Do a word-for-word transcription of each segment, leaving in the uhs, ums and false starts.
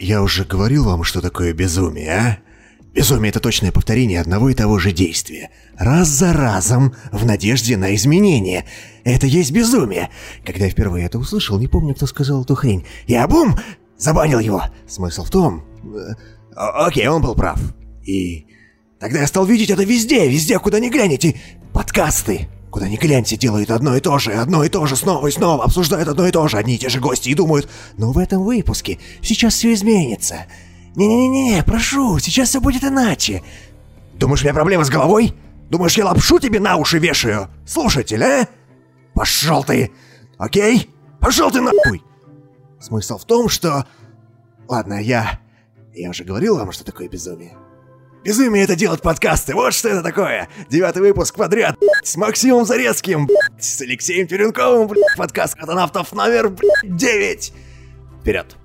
я уже говорил вам, что такое безумие, а? Безумие — это точное повторение одного и того же действия. Раз за разом, в надежде на изменения. Это есть безумие. Когда я впервые это услышал, не помню, кто сказал эту хрень. Я бум! Забанил его. Смысл в том... О- окей, он был прав. И тогда я стал видеть это везде, везде, куда ни глянете. Подкасты. Куда ни гляньте, делают одно и то же, одно и то же, снова и снова, обсуждают одно и то же, одни и те же гости и думают, но в этом выпуске сейчас все изменится. Не-не-не, прошу, сейчас все будет иначе. Думаешь, у меня проблемы с головой? Думаешь, я лапшу тебе на уши вешаю? Слушатель, а? Пошел ты, окей? Пошел ты нахуй! Смысл в том, что... Ладно, я... Я уже говорил вам, что такое безумие. Безумие — это делать подкасты, вот что это такое. Девятый выпуск подряд, блядь, с Максимом Зарецким, блядь, с Алексеем Теренковым, блядь, подкаст «Катанавтов» номер, блядь, девять. Вперед.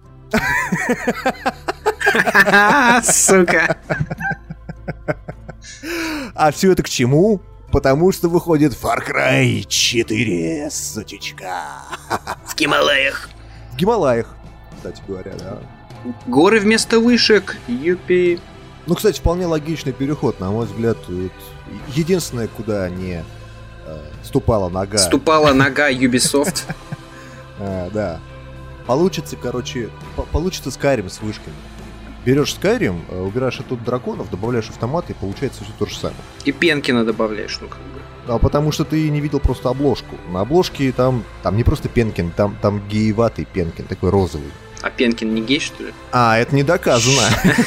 Сука. А все это к чему? Потому что выходит Far Cry четыре, сутичка. В Гималаях. В Гималаях, кстати говоря, да. Горы вместо вышек, юпи. Ну, кстати, вполне логичный переход, на мой взгляд. Единственное, куда не э, ступала нога. Ступала нога Ubisoft. а, да. Получится, короче, по- получится Skyrim с вышками. Берешь Skyrim, убираешь оттуда драконов, добавляешь автоматы, и получается все то же самое. И Пенкина добавляешь, ну как бы. А потому что ты не видел просто обложку. На обложке там, там не просто Пенкин, там, там гееватый Пенкин, такой розовый. А Пенкин не гей, что ли? А, это не доказано.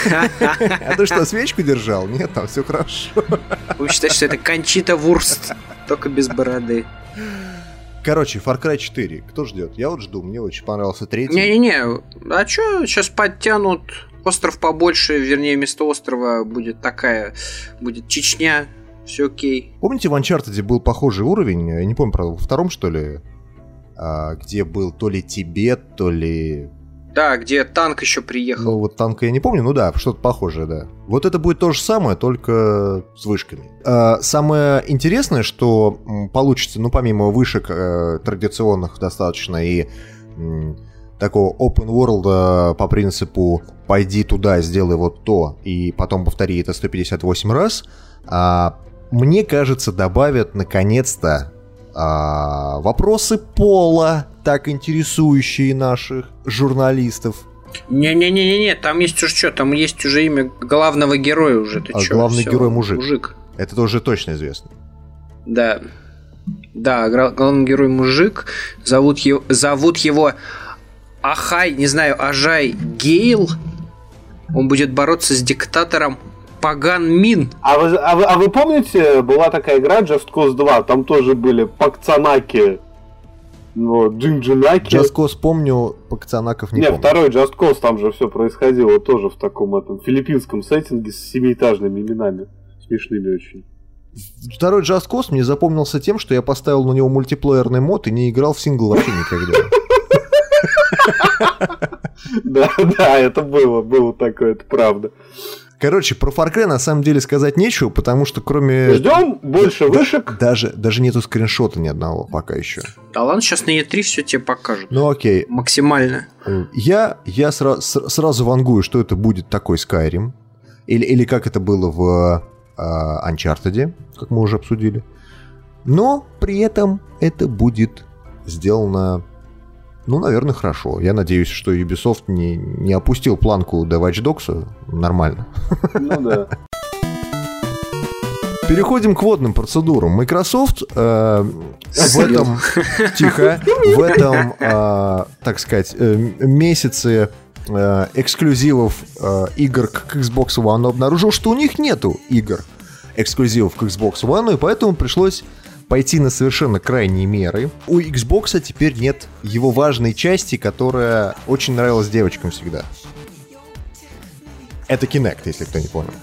А ты что, свечку держал? Нет, там все хорошо. Вы считаете, что это Кончита Вурст, только без бороды? Короче, Far Cry четыре. Кто ждет? Я вот жду, мне очень понравился третий. Не-не-не, а чё, сейчас подтянут остров побольше, вернее, вместо острова будет такая, будет Чечня, все окей. Помните, в Uncharted был похожий уровень, я не помню, правда, во втором, что ли, а, где был то ли Тибет, то ли... Да, где танк еще приехал. Ну, вот танка я не помню, ну да, что-то похожее, да. Вот это будет то же самое, только с вышками. А, самое интересное, что м, получится, ну, помимо вышек э, традиционных достаточно и м, такого open world по принципу «пойди туда, сделай вот то, и потом повтори это сто пятьдесят восемь раз», а, мне кажется, добавят наконец-то а, вопросы пола, так интересующие наших журналистов. Не-не-не-не, там есть уже что, там есть уже имя главного героя уже. Ты А чё, главный всё, герой мужик. Мужик. Это тоже точно известно. Да. Да, гра- главный герой мужик. Зовут его, зовут его Ахай, не знаю, Ажай Гейл. Он будет бороться с диктатором Паган Мин. А вы, а, вы, а вы помните, была такая игра Just Cause два, там тоже были Пакцанаки, вот, Джинджинаки. Just Cause помню, Пакцанаков не Не, помню. второй Just Cause, там же все происходило тоже в таком этом филиппинском сеттинге с семиэтажными именами. Смешными очень. Второй Just Cause мне запомнился тем, что я поставил на него мультиплеерный мод и не играл в сингл вообще никогда. Да, да, это было, было такое, это правда. Короче, про Far Cry на самом деле сказать нечего, потому что кроме... Ждем больше вышек. Даже, даже нету скриншота ни одного пока еще. Да ладно, сейчас на и три все тебе покажут. Ну окей. Максимально. Я, я сра- с- сразу вангую, что это будет такой Skyrim. Или, или как это было в э, Uncharted, как мы уже обсудили. Но при этом это будет сделано, ну, наверное, хорошо. Я надеюсь, что Ubisoft не, не опустил планку до Watch Dogs нормально. Ну да. Переходим к водным процедурам. Microsoft э, в этом... Тихо. В этом, э, так сказать, э, месяце э, эксклюзивов э, игр к Xbox One обнаружил, что у них нету игр эксклюзивов к Xbox One, и поэтому пришлось пойти на совершенно крайние меры. У Xbox теперь нет его важной части, которая очень нравилась девочкам всегда. Это Kinect, если кто не понял.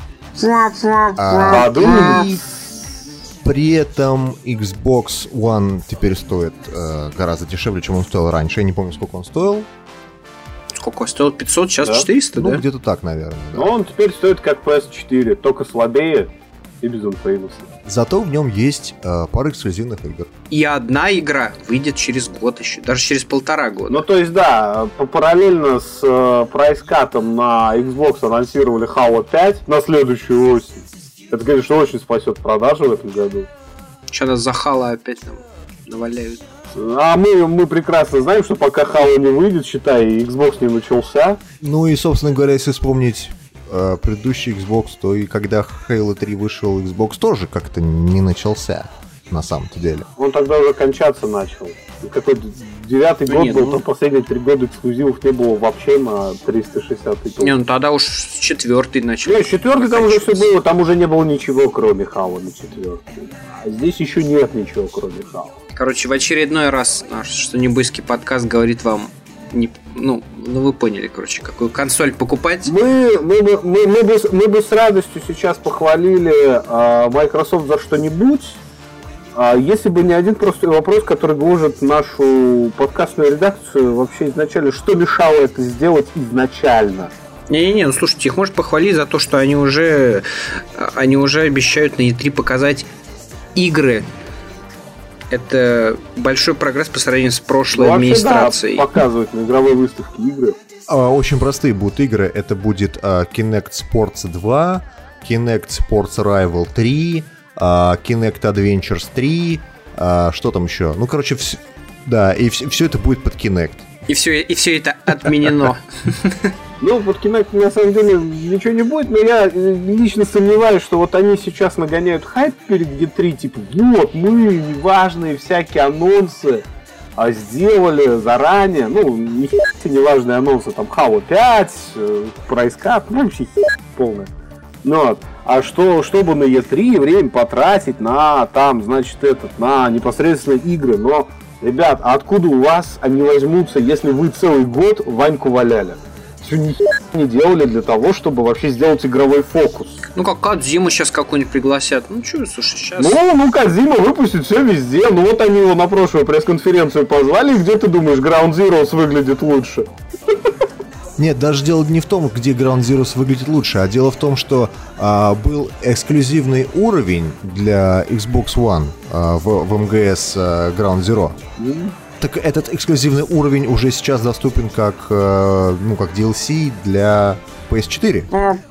А, и при этом Xbox One теперь стоит э, гораздо дешевле, чем он стоил раньше. Я не помню, сколько он стоил. Сколько стоил? пятьсот, сейчас Да? четыреста, Ну, да? где-то так, наверное. Да. Но он теперь стоит как пи эс четыре, только слабее и без инфеймуса. Зато в нем есть э, пара эксклюзивных игр. И одна игра выйдет через год еще, даже через полтора года. Ну, то есть, да, параллельно с э, прайскатом на Xbox анонсировали Halo пять на следующую осень. Это, конечно, очень спасет продажи в этом году. Сейчас нас за Halo опять нам наваляют. А мы, мы прекрасно знаем, что пока Halo не выйдет, считай, Xbox не начался. Ну и, собственно говоря, если вспомнить э, предыдущий Xbox, то и когда Halo три вышел, Xbox тоже как-то не начался, на самом-то деле. Он тогда уже кончаться начал. Какой-то девятый ну, год нет, был, ну... то последние три года эксклюзивов не было вообще на триста шестьдесят тысяч. Не, ну тогда уж четвертый начал. Не, четвертый там уже все было, там уже не было ничего, кроме Halo на четвертый. А здесь еще нет ничего, кроме Halo. Короче, в очередной раз наш что-нибудьский подкаст говорит вам, не, ну, ну вы поняли, короче, какую консоль покупать. Мы, мы, мы, мы, мы, бы, мы бы с радостью сейчас похвалили э, Microsoft за что-нибудь, э, если бы не один простой вопрос, который гложет нашу подкастную редакцию вообще изначально. Что мешало это сделать изначально? Не-не-не, ну слушайте, их может похвалить за то, что они уже, они уже обещают на и три показать игры. Это большой прогресс по сравнению с прошлой ну, администрацией. Да, показывать на игровой выставке игры. Очень простые будут игры. Это будет uh, Kinect Sports два, Kinect Sports Rival три, uh, Kinect Adventures три, uh, что там еще? Ну, короче, вс... да, и вс... все это будет под Kinect. И все, и все это отменено. Ну, под Kinect на самом деле ничего не будет, но я лично сомневаюсь, что вот они сейчас нагоняют хайп перед и три, типа, вот, мы неважные всякие анонсы а сделали заранее, ну, не неважные анонсы, там, Halo пять, PriceCap, ну, вообще полное. Ну, а что, чтобы на и три время потратить на, там, значит, этот, на непосредственно игры, но, ребят, а откуда у вас они возьмутся, если вы целый год Ваньку валяли? Ни не делали для того, чтобы вообще сделать игровой фокус. Ну как Кодзиму сейчас какой-нибудь пригласят. Ну что, слушай, сейчас... Ну, ну Кодзима выпустит все везде. Ну вот они его на прошлую пресс-конференцию позвали. Где ты думаешь, Ground Zeroes выглядит лучше? Нет, даже дело не в том, где Ground Zeroes выглядит лучше, а дело в том, что а, был эксклюзивный уровень для Xbox One а, в, в эм джи эс а, Ground Zero. Mm. Так этот эксклюзивный уровень уже сейчас доступен как, э, ну, как ди эл си для пи эс четыре.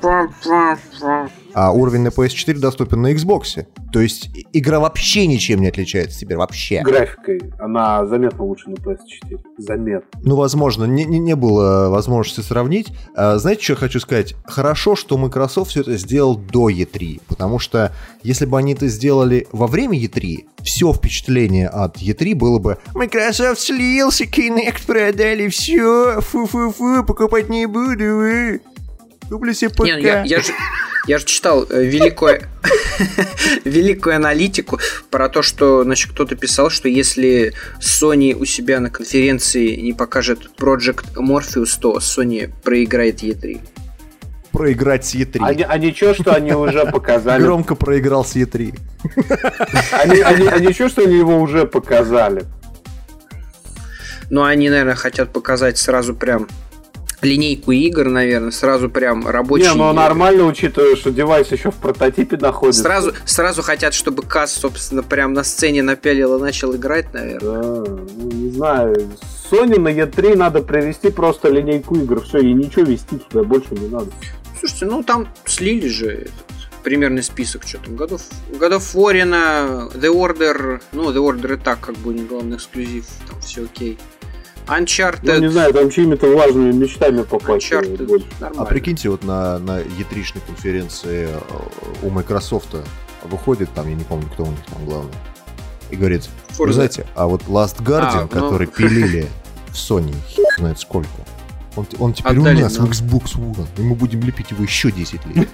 А уровень на пи эс четыре доступен на Xbox. То есть игра вообще ничем не отличается теперь, вообще. Графикой она заметно лучше на пи эс четыре. Заметно. Ну, возможно, не, не, не было возможности сравнить. А, знаете, что я хочу сказать? Хорошо, что Microsoft все это сделал до и три. Потому что если бы они это сделали во время и три, все впечатление от и три было бы: Microsoft слился, Kinect продали, все, фу-фу-фу, покупать не буду, вы. Куплю себе ПК. Не, я, я, же, я же читал э, великую, великую аналитику про то, что, значит, кто-то писал, что если Sony у себя на конференции не покажет Project Morpheus, то Sony проиграет и три. Проиграть с и три. А, а ничего, что они уже показали. Громко проиграл с и три. Они, они, а ничего, что они его уже показали. Ну, они, наверное, хотят показать сразу прям линейку игр, наверное, сразу прям рабочие. Не, ну нормально, учитывая, что девайс еще в прототипе находится. Сразу, сразу хотят, чтобы Каз, собственно, прям на сцене напялил и начал играть, наверное. Да, ну, не знаю. Sony на и три надо привести просто линейку игр. Все, и ничего вести туда больше не надо. Слушайте, ну там слили же этот примерный список, что там, годов, годов Warren, The Order, ну, The Order и так, как бы, не главный эксклюзив, там все окей. Uncharted. Ну, не знаю, там чьими-то важными мечтами попасть. А прикиньте, вот на, на и три-шной конференции у Microsoft выходит, там, я не помню, кто у них там главный, и говорит: вы знаете, а вот Last Guardian, а, который ну... пилили в Sony, хер знает сколько, он, он теперь Отдали, у нас да. в Xbox One, и мы будем лепить его еще десять лет.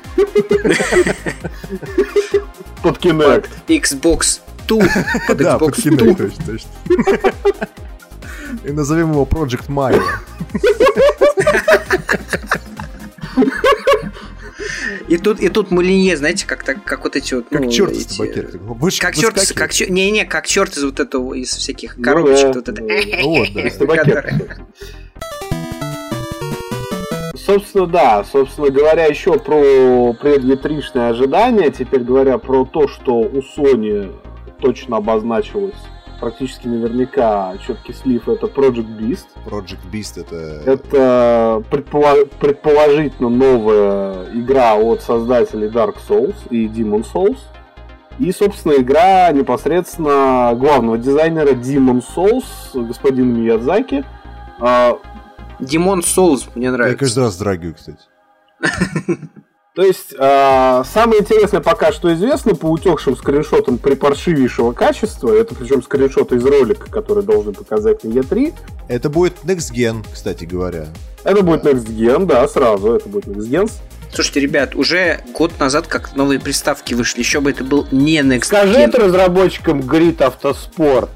Под Kinect. Xbox два. Под да, под Kinect, точно, точно. И назовем его Project Mario. И тут, и тут Молинье, знаете, как, так, как вот эти вот... Как ну, черт эти... из табакерки. Как черт, как черт... Не-не, как черт из вот этого, из всяких коробочек. Ну, вот да, это. Вот, да. Из табакерки. собственно, да. Собственно говоря, еще про пред-и три-шные ожидания. Теперь говоря про то, что у Sony точно обозначилось практически наверняка четкий слив, это Project Beast. Project Beast это... Это предполож... предположительно новая игра от создателей Dark Souls и Demon Souls. И, собственно, игра непосредственно главного дизайнера Demon Souls, господина Миядзаки. Demon Souls мне нравится. Я каждый раз драгиваю, кстати. То есть, э, самое интересное пока что известно по утекшим скриншотам припаршивейшего качества, это причем скриншоты из ролика, которые должны показать на и три. Это будет Next Gen, кстати говоря. Это будет Next Gen, да, сразу, это будет Next Gen. Слушайте, ребят, уже год назад как новые приставки вышли, еще бы это был не Next Gen. Скажи это разработчикам Grid Autosport.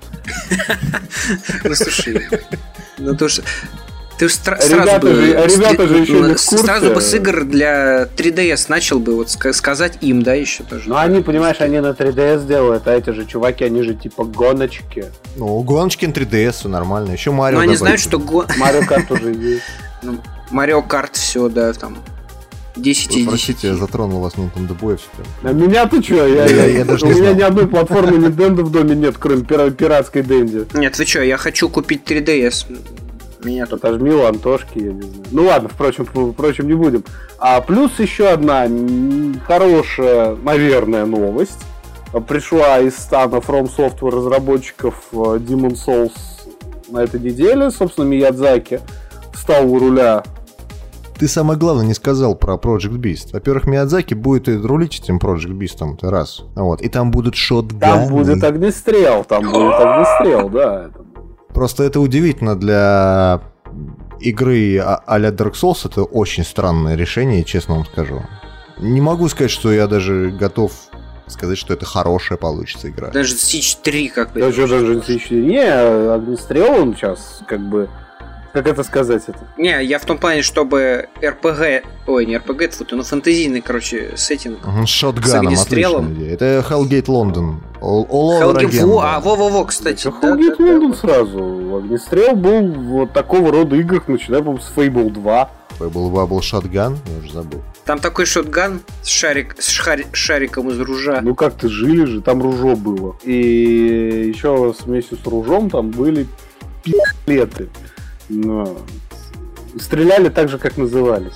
Ну, слушай, ну то что... Ты стра- ребята сразу, бы, же, ребята же еще не в курсе. Сразу бы с игр для три ди эс начал бы вот сказать им, да, еще тоже. Ну они, понимаешь, они на три ди эс делают, а эти же чуваки, они же типа гоночки. Ну, гоночки на три ди эс, нормально. Еще Марио. Ну они знают, что го... Марио Карт уже есть. Марио Карт, все, да, там. десять из десяти. Простите, я затронул вас Nintendo Boy. А меня ты что? Я, я, я, даже у меня ни одной платформы Nintendo в доме нет, кроме пиратской Денди. Нет, вы что, я хочу купить три ди эс. Меня тут отожми у Антошки, я не знаю. Ну ладно, впрочем, впрочем, не будем. А плюс еще одна хорошая, наверное, новость. Пришла из стана From Software разработчиков Demon Souls на этой неделе. Собственно, Миядзаки встал у руля. Ты самое главное не сказал про Project Beast. Во-первых, Миядзаки будет рулить этим Project Beast'ом, это раз. Вот. И там будут шотганы. Там будет огнестрел, там будет огнестрел, да. Просто это удивительно для игры а-ля Dark Souls. Это очень странное решение, честно вам скажу. Не могу сказать, что я даже готов сказать, что это хорошая получится игра. Даже Siege три как бы. Даже даже Siege три. Не, огнестрел он сейчас как бы... Как это сказать это? Не, я в том плане, чтобы эр пи джи... Ой, не эр пи джи, ну фантазийный, короче, сеттинг. Угу, с шотганом, отличная идея. Это Hellgate London. All, all over Hellgate, again. во, а, во-во-во, кстати. Да, Hellgate да, London да, сразу. Огнестрел был вот такого рода играх, начиная, по-моему, с Fable два. Fable два был шотган, я уже забыл. Там такой шотган с, шарик, с шари, шариком из ружа. Ну как-то жили же, там ружо было. И еще вместе с ружом там были пи***леты. Но стреляли так же, как назывались.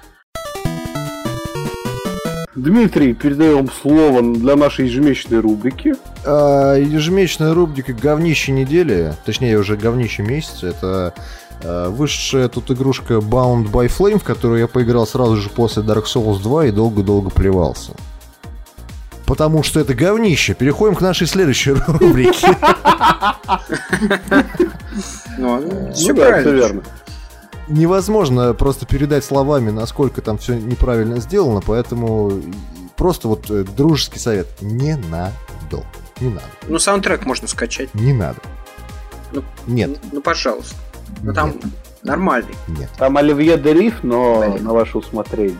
Дмитрий, передаем слово для нашей ежемесячной рубрики. А, ежемесячная рубрика «Говнище недели», точнее уже «Говнище месяца», это а, вышедшая тут игрушка Bound by Flame, в которую я поиграл сразу же после Dark Souls два и долго-долго плевался. Потому что это говнище. Переходим к нашей следующей рубрике. Ну, все правильно. Невозможно просто передать словами, насколько там все неправильно сделано, поэтому просто вот дружеский совет. Не надо. Не надо. Ну, саундтрек можно скачать. Не надо. Ну, Нет. Ну, ну пожалуйста. Ну, там нормальный. Нет. Там Оливье де Риф, но Оливье. На ваше усмотрение.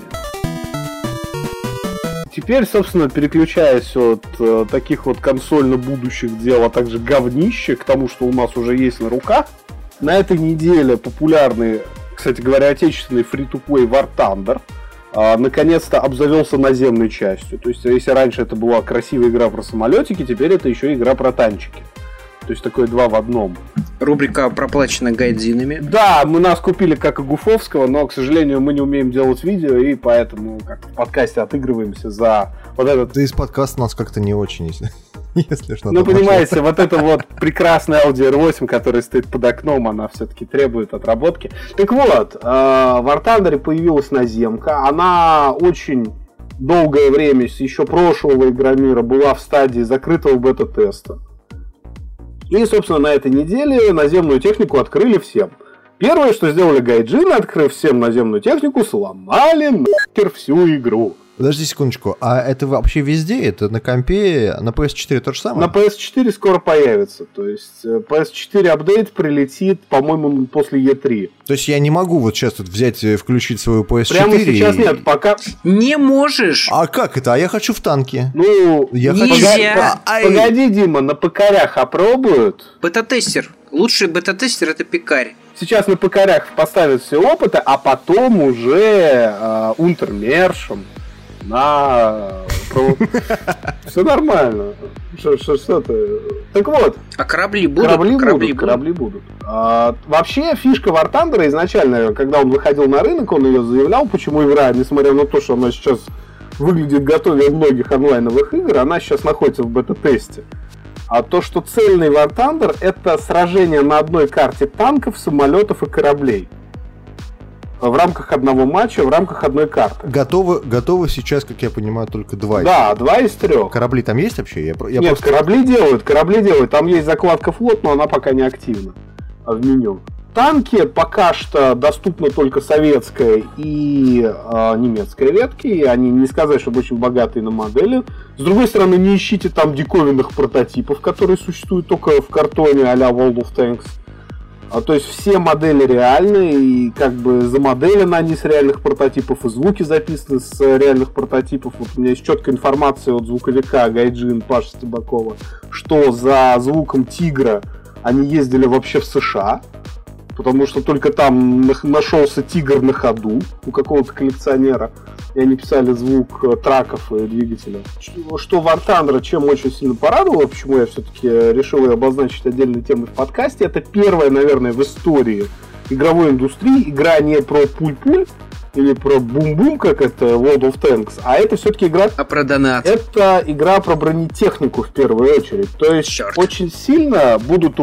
Теперь, собственно, переключаясь от э, таких вот консольно-будущих дел, а также говнища к тому, что у нас уже есть на руках, на этой неделе популярный, кстати говоря, отечественный фри-то-плей War Thunder э, наконец-то обзавелся наземной частью. То есть, если раньше это была красивая игра про самолетики, теперь это еще игра про танчики. То есть, такое два в одном. Рубрика проплачена гайдзинами. Да, мы нас купили как и Гуфовского, но, к сожалению, мы не умеем делать видео, и поэтому как в подкасте отыгрываемся за вот этот... Да из подкаста нас как-то не очень, если, если что. Ну, понимаете, вот эта вот прекрасная Audi эр восемь, которая стоит под окном, она все-таки требует отработки. Так вот, в War Thunder появилась наземка, она очень долгое время, еще прошлого Игромира, была в стадии закрытого бета-теста. И, собственно, на этой неделе наземную технику открыли всем. Первое, что сделали гайджины, открыв всем наземную технику, сломали нахер всю игру. Подожди секундочку, а это вообще везде? Это на компе, на пи эс четыре то же самое? На пи эс четыре скоро появится. То есть пи эс четыре апдейт прилетит, по-моему, после и три. То есть я не могу вот сейчас тут взять и включить свою пи эс четыре? Прямо сейчас и... нет, пока... Не можешь! А как это? А я хочу в танке. Ну, я нельзя! Хочу... Погоди, Дима, на ПК-рях опробуют? Бета-тестер. Лучший бета-тестер — это пекарь. Сейчас на пекарях поставят все опыты, а потом уже э, унтермершем на... Все нормально. Что-то... Так вот. А корабли будут? Корабли, корабли будут, будут, корабли будут. А, вообще, фишка War Thunder изначально, когда он выходил на рынок, он ее заявлял, почему игра, несмотря на то, что она сейчас выглядит готовее многих онлайновых игр, она сейчас находится в бета-тесте. А то, что цельный War Thunder — это сражение на одной карте танков, самолетов и кораблей. В рамках одного матча, в рамках одной карты. Готовы, готовы сейчас, как я понимаю, только два. Да, два из трех. Корабли там есть вообще? Я, я Нет, просто... корабли делают, корабли делают. Там есть закладка флот, но она пока не активна в меню. Танки пока что доступны только советская и э, немецкая ветки. И они, не сказать, чтобы очень богатые на модели. С другой стороны, не ищите там диковинных прототипов, которые существуют только в картоне а-ля World of Tanks. А, то есть все модели реальные, и как бы замоделены они с реальных прототипов, и звуки записаны с реальных прототипов. Вот у меня есть четкая информация от звуковика Гайджин Паши Стебакова, что за звуком Тигра они ездили вообще в США, потому что только там нашелся Тигр на ходу у какого-то коллекционера, и они писали звук траков и двигателя. Что War Thunder чем очень сильно порадовало, почему я все-таки решил ее обозначить отдельной темой в подкасте, это первая, наверное, в истории игровой индустрии игра не про пуль-пуль или про бум-бум, как это World of Tanks, а это все-таки игра... А про донат. Это игра про бронетехнику в первую очередь. То есть Черт. Очень сильно будут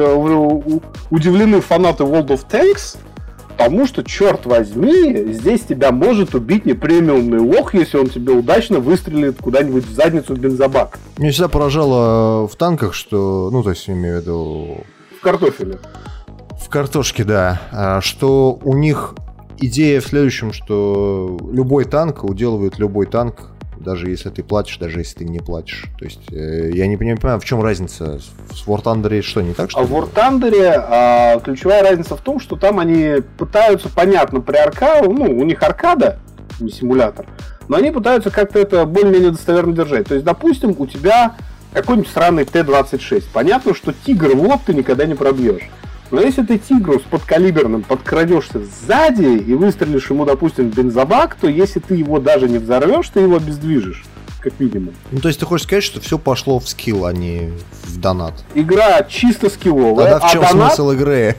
удивлены фанаты World of Tanks, потому что, черт возьми, здесь тебя может убить не премиумный лох, если он тебе удачно выстрелит куда-нибудь в задницу в бензобак. Меня всегда поражало в танках, что... Ну, то есть, я имею в виду... В картофеле. В картошке, да. Что у них идея в следующем, что любой танк уделывает любой танк, даже если ты платишь, даже если ты не платишь. То есть, э, я не понимаю, в чем разница. В War Thunder что, не так, что ли? А в War Thunder а, ключевая разница в том, что там они пытаются, понятно, при аркаде, ну, у них аркада, не симулятор, но они пытаются как-то это более-менее достоверно держать. То есть, допустим, у тебя какой-нибудь сраный Т двадцать шесть. Понятно, что Тигр в лоб ты никогда не пробьешь. Но если ты Тигру с подкалиберным подкрадешься сзади и выстрелишь ему, допустим, в бензобак, то если ты его даже не взорвешь, ты его обездвижишь, как минимум. Ну, то есть ты хочешь сказать, что все пошло в скилл, а не в донат? Игра чисто скилловая. Тогда в чем а донат... смысл игры?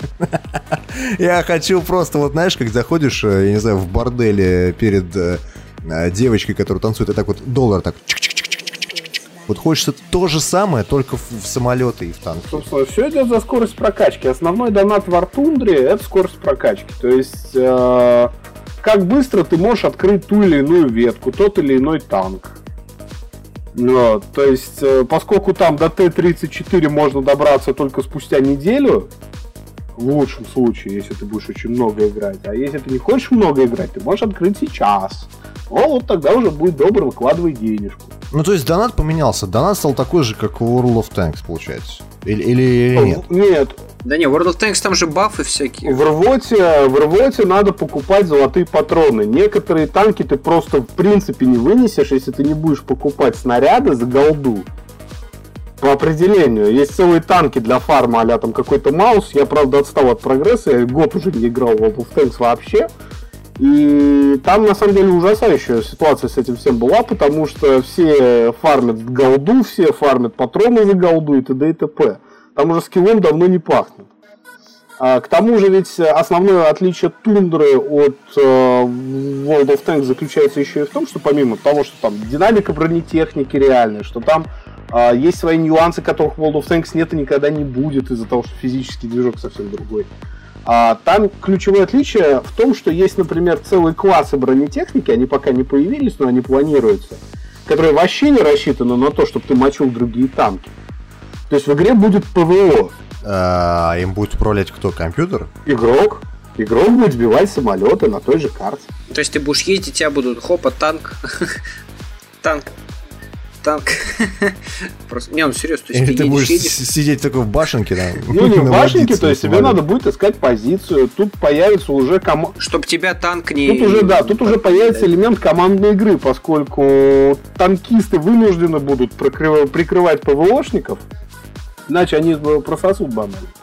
Я хочу просто, вот знаешь, как заходишь, я не знаю, в борделе перед девочкой, которая танцует, и так вот доллар так... Вот хочется то же самое, только в, в самолеты и в танки. Собственно, все идет за скорость прокачки. Основной донат в War Thunder — это скорость прокачки. То есть, э, как быстро ты можешь открыть ту или иную ветку, тот или иной танк. Вот. То есть, э, поскольку там до Т тридцать четыре можно добраться только спустя неделю, в лучшем случае, если ты будешь очень много играть. А если ты не хочешь много играть, ты можешь открыть сейчас. О, вот тогда уже будет добро, выкладывай денежку. Ну, то есть донат поменялся. Донат стал такой же, как у World of Tanks, получается. Или, или, или нет? Нет. Да не, World of Tanks там же бафы всякие. В рвоте, в рвоте надо покупать золотые патроны. Некоторые танки ты просто в принципе не вынесешь, если ты не будешь покупать снаряды за голду. По определению. Есть целые танки для фарма, а-ля там какой-то Маус. Я, правда, отстал от прогресса. Я год уже не играл в World of Tanks вообще. И там, на самом деле, ужасающая ситуация с этим всем была, потому что все фармят голду, все фармят патроны за голду и т.д. и т.п. Там уже скиллом давно не пахнет. А, к тому же ведь основное отличие Тундры от э, World of Tanks заключается еще и в том, что помимо того, что там динамика бронетехники реальная, что там э, есть свои нюансы, которых в World of Tanks нет и никогда не будет из-за того, что физический движок совсем другой. А там ключевое отличие в том, что есть, например, целые классы бронетехники, они пока не появились, но они планируются, которые вообще не рассчитаны на то, чтобы ты мочил другие танки. То есть в игре будет ПВО. А, им будет управлять кто? Компьютер? Игрок. Игрок будет сбивать самолеты на той же карте. То есть ты будешь ездить, тебя будут хопа, танк. Танк. Танк. Просто, не, ну серьезно, то есть Или ты, ты будешь едешь... сидеть такой в башенке, да? Ну не в башенке, то есть тебе надо будет искать позицию. Тут появится уже команда. Чтоб тебя танк не... Тут уже, да, тут уже появится элемент командной игры, поскольку танкисты вынуждены будут прикрывать ПВОшников, иначе они прососут банально.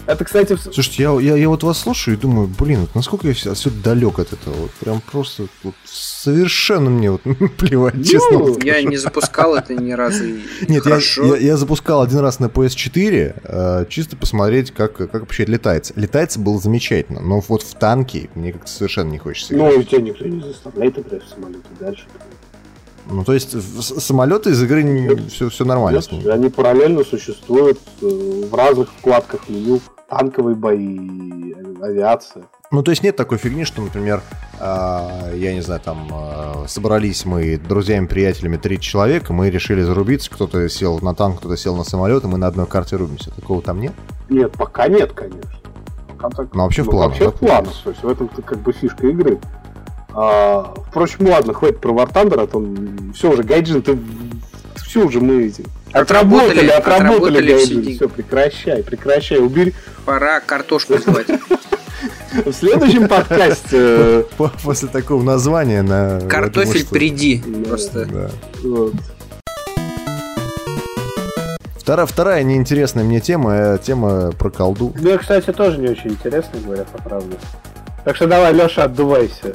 Это, кстати... Слушайте, я, я, я вот вас слушаю и думаю, блин, вот насколько я все, все далек от этого. Вот прям просто вот, совершенно мне вот плевать, ну, честно. Я не запускал это ни разу. Нет, я, я, я запускал один раз на пи эс четыре, э, чисто посмотреть, как, как вообще летается. Летается было замечательно, но вот в танке мне как-то совершенно не хочется играть. Ну, и тебя никто не заставляет играть в самолете дальше. Ну, то есть самолеты из игры не, все, все нормально Нет, с ними. Они параллельно существуют в разных вкладках меню. Танковые бои, авиация. Ну, то есть нет такой фигни, что, например, э, я не знаю, там э, собрались мы друзьями-приятелями тридцать человек, и мы решили зарубиться, кто-то сел на танк, кто-то сел на самолет, и мы на одной карте рубимся. Такого там нет? Нет, пока нет, конечно. Пока так... Ну, вообще в ну, планах. Вообще да, в планах, то есть в этом как бы фишка игры. А, впрочем, ладно, хватит про War Thunder, а то все уже, Гайджин, ты все уже мы эти... Отработали, отработали, отработали Гайджин, все, прекращай, прекращай, убери. Пора картошку звать. В следующем подкасте... После такого названия на... Картофель приди. Просто. Вторая, вторая неинтересная мне тема, тема про колду. Ну, кстати, тоже не очень интересно, говоря по правде. Так что давай, Леша, отдувайся.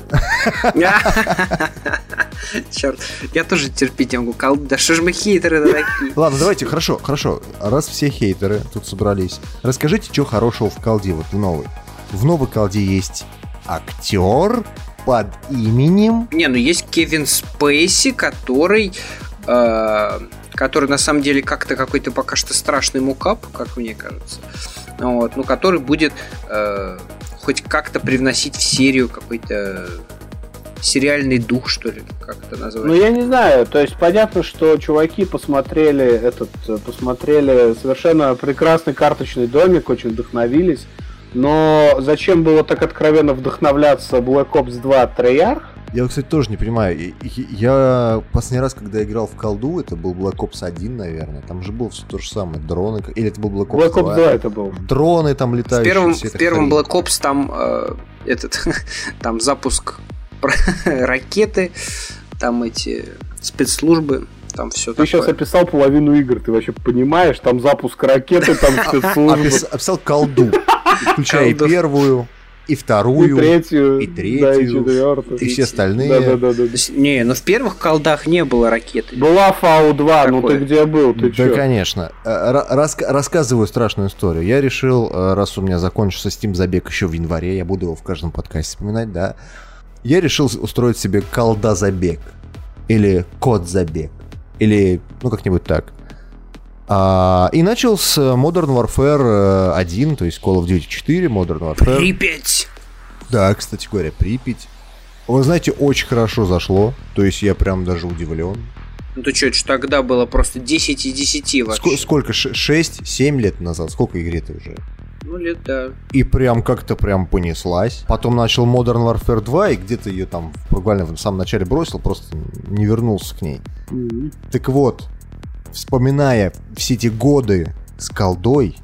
Черт, я тоже терпеть не могу. Колду, да что ж мы хейтеры такие. Ладно, давайте, хорошо, хорошо. Раз все хейтеры тут собрались, расскажите, что хорошего в колде, вот в новой. В новой колде есть актер под именем... Не, ну есть Кевин Спейси, который... Э, который на самом деле как-то какой-то пока что страшный мукап, как мне кажется. Вот, ну, который будет э, хоть как-то привносить в серию какой-то сериальный дух, что ли, как это называется. Ну, я не знаю, то есть понятно, что чуваки посмотрели этот, посмотрели совершенно прекрасный карточный домик, очень вдохновились. Но зачем было так откровенно вдохновляться Black Ops два Treyarch? Я, кстати, тоже не понимаю. Я последний раз, когда играл в колду, это был Black Ops один, наверное. Там же было все то же самое. Дроны. Или это был Black Ops Black Ops два? два это был. Дроны там летающие. В первом, в первом Black Ops там э, этот там запуск ракеты, там эти спецслужбы. Там все ты такое. Сейчас описал половину игр, ты вообще понимаешь? Там запуск ракеты, там спецслужбы. Описал колду, включая и первую, и вторую, и третью, и третью, да, и четвертую, и все остальные. Да, да, да, да. Не, но в первых колдах не было ракеты. Была Фау два, Какое? Ну ты где был? Ты да, чё? конечно. Рас- рассказываю страшную историю. Я решил, раз у меня закончился Steam забег еще в январе, я буду его в каждом подкасте вспоминать, да. Я решил устроить себе колда-забег. Или код-забег. Или, ну, как-нибудь так. А, и начал с Modern Warfare один, то есть Call of Duty четыре, Modern Warfare. Припять! Да, кстати говоря, Припять. Вы знаете, очень хорошо зашло. То есть я прям даже удивлен. Ну ты что, что тогда было просто десять из десяти вообще. Ск- сколько? шесть-семь лет назад? Сколько игре-то уже? Ну, лет, да. И прям как-то прям понеслась. Потом начал Modern Warfare два, и где-то ее там буквально в самом начале бросил, просто не вернулся к ней. Mm-hmm. Так вот, вспоминая все эти годы с колдой,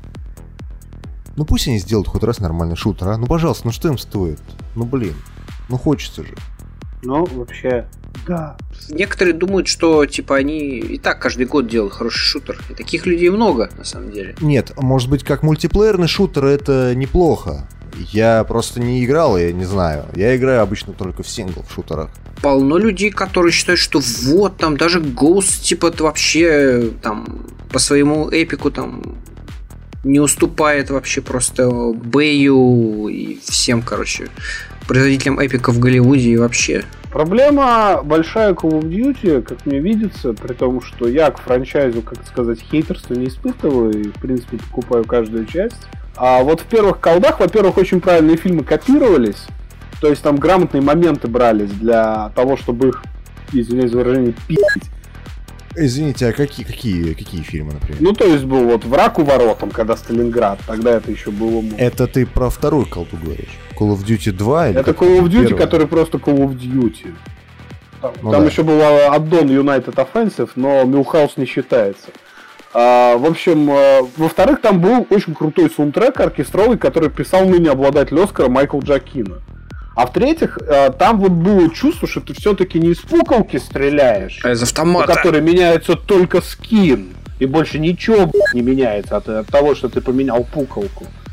ну пусть они сделают хоть раз нормальный шутер, а? Ну, пожалуйста, ну что им стоит? Ну, блин, ну хочется же. Ну, вообще, да. Некоторые думают, что, типа, они и так каждый год делают хороший шутер. И таких людей много, на самом деле. Нет, может быть, как мультиплеерный шутер это неплохо. Я просто не играл, я не знаю. Я играю обычно только в сингл-шутерах. Полно людей, которые считают, что вот, там, даже Ghost, типа, это вообще, там, по своему эпику, там, не уступает вообще просто Бэю и всем, короче, производителям эпика в Голливуде и вообще. Проблема большая Call of Duty, как мне видится, при том, что я к франчайзу, как сказать, хейтерства не испытываю и, в принципе, покупаю каждую часть. А вот в первых колдах, во-первых, очень правильные фильмы копировались, то есть там грамотные моменты брались для того, чтобы их, извиняюсь за выражение, пи***ть. Извините, а какие, какие, какие фильмы, например? Ну, то есть был вот «Враг у воротам», когда Сталинград, тогда это еще было... Это ты про вторую колду говоришь? Call of Duty два? Или это Call of Duty, первый? Который просто Call of Duty. Там, ну, там да. еще был аддон United Offensive, но Милхаус не считается. А, в общем, а, во-вторых, там был очень крутой саундтрек оркестровый, который писал ныне обладатель Оскара Майкл Джакино. А в-третьих, там вот было чувство, что ты все-таки не из пукалки стреляешь, а из автомата, у которой меняется только скин, и больше ничего не меняется от, от того, что ты поменял пукалку.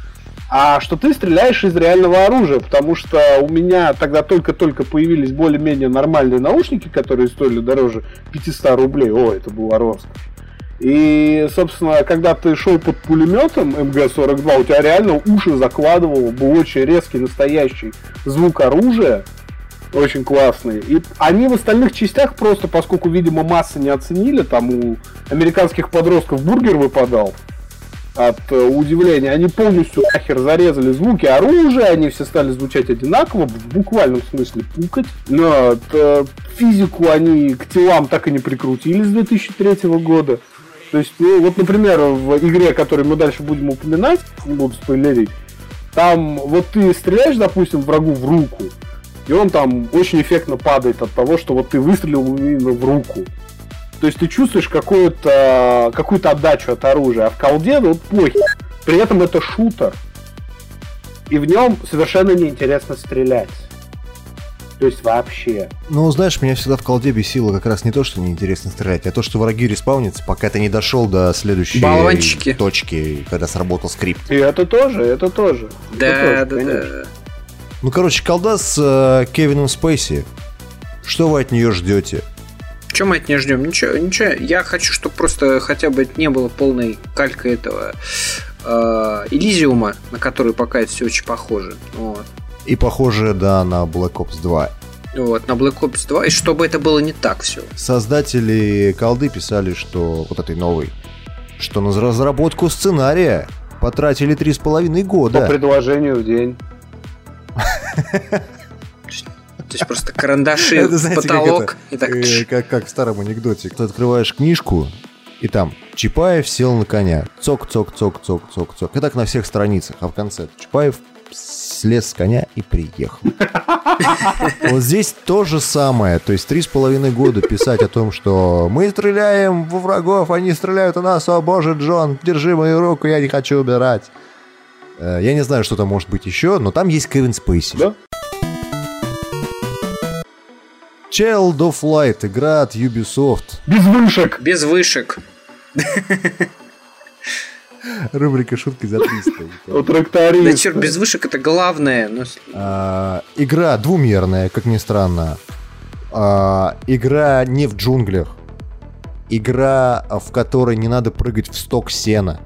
а что ты стреляешь из реального оружия, потому что у меня тогда только-только появились более-менее нормальные наушники, которые стоили дороже пятьсот рублей. О, это было роскошь. И, собственно, когда ты шел под пулеметом эм гэ сорок два, у тебя реально уши закладывало, был очень резкий, настоящий звук оружия, очень классный. И они в остальных частях просто, поскольку, видимо, массы не оценили, там у американских подростков бургер выпадал от э, удивления, они полностью нахер зарезали звуки оружия, они все стали звучать одинаково, в буквальном смысле пукать. Но э, физику они к телам так и не прикрутили с две тысячи третьего года. То есть, ну, вот, например, в игре, которую мы дальше будем упоминать, не буду спойлерить, там вот ты стреляешь, допустим, врагу в руку, и он там очень эффектно падает от того, что вот ты выстрелил именно в руку. То есть ты чувствуешь какую-то, какую-то отдачу от оружия, а в колде, ну, вот похер. При этом это шутер. И в нем совершенно неинтересно стрелять. То есть вообще. Ну, знаешь, меня всегда в колде бесило как раз не то, что неинтересно стрелять, а то, что враги респаунятся, пока ты не дошел до следующей Болванчики. точки, когда сработал скрипт. И это тоже, это тоже. Да, это да, тоже, да. Ну, короче, колда с э, Кевином Спейси. Что вы от нее ждете? Что мы от нее ждем? Ничего, ничего. Я хочу, чтобы просто хотя бы не было полной калькой этого э, Элизиума, на который пока это все очень похоже. Вот. И похоже, да, на Black Ops два. Вот, на Black Ops два. И чтобы это было не так все. Создатели колды писали, что вот этой новой, что на разработку сценария потратили три с половиной года. По предложению в день. То есть просто карандаши в потолок и так... Как, как в старом анекдоте. Ты открываешь книжку, и там Чапаев сел на коня. Цок-цок-цок-цок-цок-цок. И так на всех страницах. А в конце Чапаев слез с коня и приехал. Вот здесь то же самое. То есть три с половиной года писать о том, что мы стреляем во врагов, они стреляют у нас. О боже, Джон, держи мою руку, я не хочу убирать. Я не знаю, что там может быть еще, но там есть Кевин Спейси. Да? Child of Light, игра от Ubisoft. Без вышек. Без вышек. Рубрика «Шутки за триста». У тракториста. Да черт, без вышек это главное. Но... А, игра двумерная, как ни странно. А, игра не в джунглях. Игра, в которой не надо прыгать в сток сена.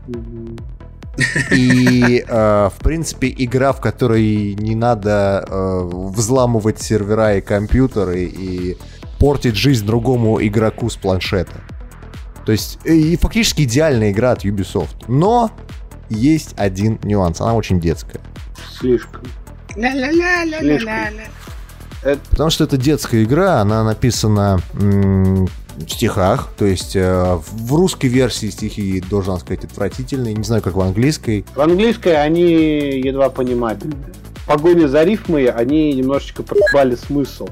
И, э, в принципе, игра, в которой не надо э, взламывать сервера и компьютеры и портить жизнь другому игроку с планшета. То есть, и фактически идеальная игра от Ubisoft. Но есть один нюанс, она очень детская. Слишком. Ля-ля-ля-ля-ля-ля. Потому что это детская игра, она написана м- в стихах, то есть э, в русской версии стихи, должен сказать, отвратительные, не знаю, как в английской. В английской они едва понимают. В погоне за рифмой они немножечко проебали смысл.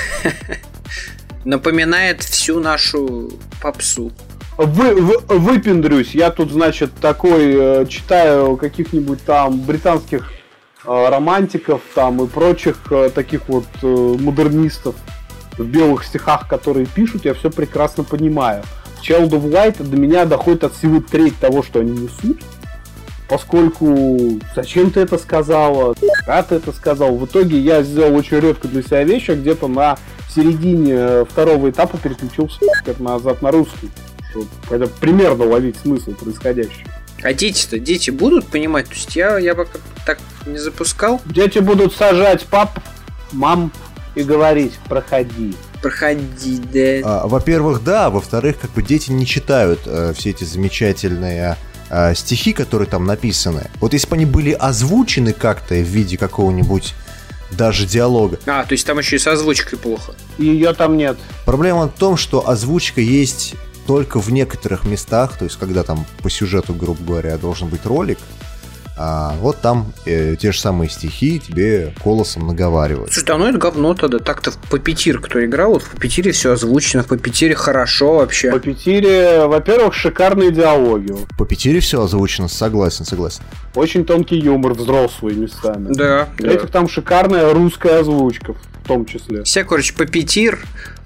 Напоминает всю нашу попсу. Вы, вы, выпендрюсь, я тут, значит, такой э, читаю каких-нибудь там британских э, романтиков там и прочих э, таких вот э, модернистов в белых стихах, которые пишут, я все прекрасно понимаю. Child of Light до меня доходит от силы треть того, что они несут, поскольку зачем ты это сказала, как ты это сказал. В итоге я сделал очень редко для себя вещь, а где-то на середине второго этапа переключился назад на русский, чтобы хотя бы примерно ловить смысл происходящего. А дети-то, дети будут понимать? То есть я, я пока так не запускал. Дети будут сажать пап, мам и говорить: проходи. Проходи, да. А, во-первых, да, во-вторых, как бы дети не читают э, все эти замечательные э, стихи, которые там написаны. Вот если бы они были озвучены как-то в виде какого-нибудь даже диалога. А, то есть там еще и с озвучкой плохо. Ее там нет. Проблема в том, что озвучка есть только в некоторых местах, то есть когда там по сюжету, грубо говоря, должен быть ролик, а вот там э, те же самые стихи тебе голосом наговаривают. Слушай, да ну это говно тогда. Так-то в Puppeteer, кто играл, вот в Puppeteer все озвучено, в Puppeteer хорошо вообще. В Puppeteer, во-первых, шикарные диалоги. По Puppeteer все озвучено, согласен, согласен. Очень тонкий юмор, взрослый местами. Да. В-третьих, там шикарная русская озвучка в том числе. Все, короче, Puppeteer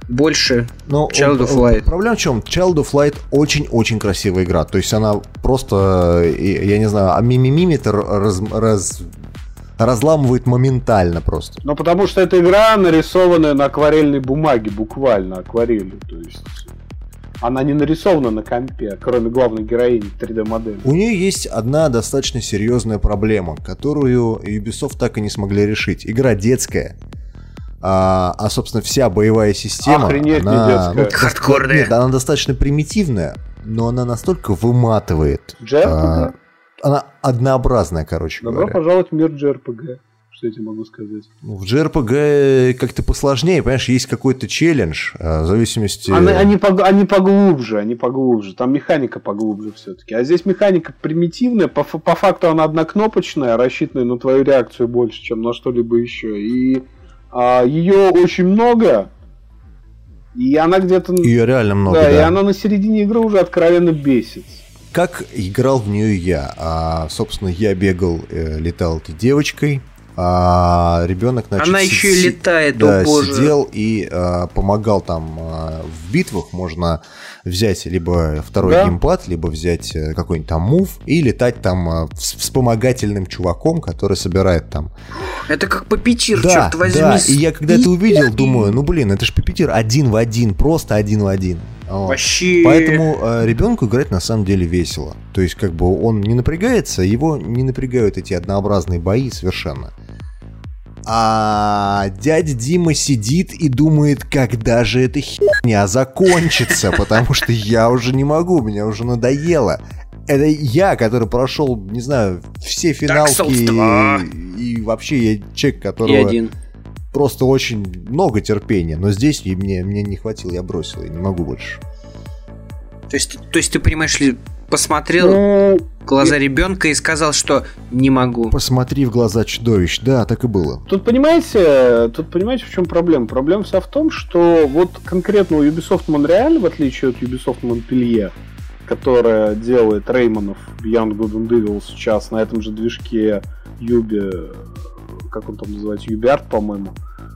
больше Но Child of Light. Проблема в чем? Child of Light очень-очень красивая игра. То есть она просто, я не знаю, а мимиметр раз, раз, разламывает моментально просто. Ну, потому что эта игра нарисованная на акварельной бумаге, буквально акварелью. То есть она не нарисована на компе, кроме главной героини три дэ-модели. У нее есть одна достаточно серьезная проблема, которую Ubisoft так и не смогли решить. Игра детская. А, а собственно, вся боевая система... Охренеть, она, не детская. Ну, Хардкорная. Нет, она достаточно примитивная, но она настолько выматывает. джей ар пи джи? А, она однообразная, короче Добро говоря. пожаловать в мир джей ар пи джи. Что я тебе могу сказать? Ну, в джей ар пи джи как-то посложнее, понимаешь, есть какой-то челлендж, в зависимости... Они, они, пог, они поглубже, они поглубже. Там механика поглубже все-таки. А здесь механика примитивная. По, по факту она однокнопочная, рассчитанная на твою реакцию больше, чем на что-либо еще. И а, ее очень много. И она где-то... Ее реально много, да, да. и она на середине игры уже откровенно бесит. Как играл в нее я? А, собственно, я бегал, э, летал этой девочкой. А ребенок, значит, Она си- еще и си- летает, да, о боже. сидел и а, помогал там а, в битвах. Можно взять либо второй Да. геймпад, либо взять э, какой-нибудь там мув и летать там а, с вспомогательным чуваком, который собирает там. Это как Папетир, Да, черт возьми. да, и я когда это спи- увидел, думаю, ну блин, это ж Папетир один в один, просто один в один. Вот. Вообще. Поэтому э, ребенку играть на самом деле весело. То есть, как бы он не напрягается, его не напрягают эти однообразные бои совершенно. А дядя Дима сидит и думает, когда же эта херня закончится, потому что я уже не могу, мне уже надоело. Это я, который прошел, не знаю, все финалки, два. и, и вообще я человек, И которого один. просто очень много терпения, но здесь и мне, мне не хватило, я бросил, я не могу больше. То есть, то есть ты, понимаешь ли, посмотрел Ну, в глаза ребенка и сказал, что не могу. Посмотри в глаза чудовищ, да, так и было. Тут понимаете, тут понимаете, в чем проблема? Проблема вся в том, что вот конкретно у Ubisoft Montreal, в отличие от Ubisoft Montpellier, которая делает Реймонов Beyond Good and Evil сейчас на этом же движке Ubi, как он там называется, UbiArt, по-моему,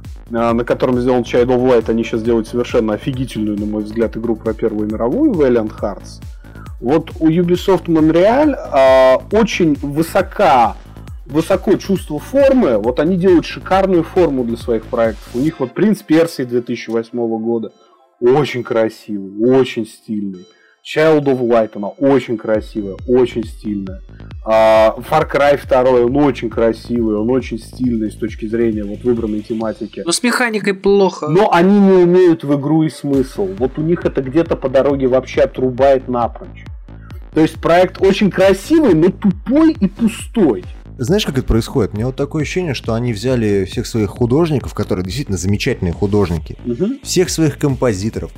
на котором сделан Child of Light, они сейчас делают совершенно офигительную, на мой взгляд, игру про Первую мировую, Valiant Hearts. Вот у Ubisoft Montreal а, очень высока, высоко чувство формы. Вот они делают шикарную форму для своих проектов. У них вот «Принц Персии» две тысячи восьмого года очень красивый, очень стильный. Child of Light, она очень красивая, очень стильная. А, Far Cry два, он очень красивый, он очень стильный с точки зрения вот выбранной тематики. Но с механикой плохо. Но они не умеют в игру и смысл. Вот у них это где-то по дороге вообще отрубает напрочь. То есть проект очень красивый, но тупой и пустой. Знаешь, как это происходит? У меня вот такое ощущение, что они взяли всех своих художников, которые действительно замечательные художники, Угу. всех своих композиторов,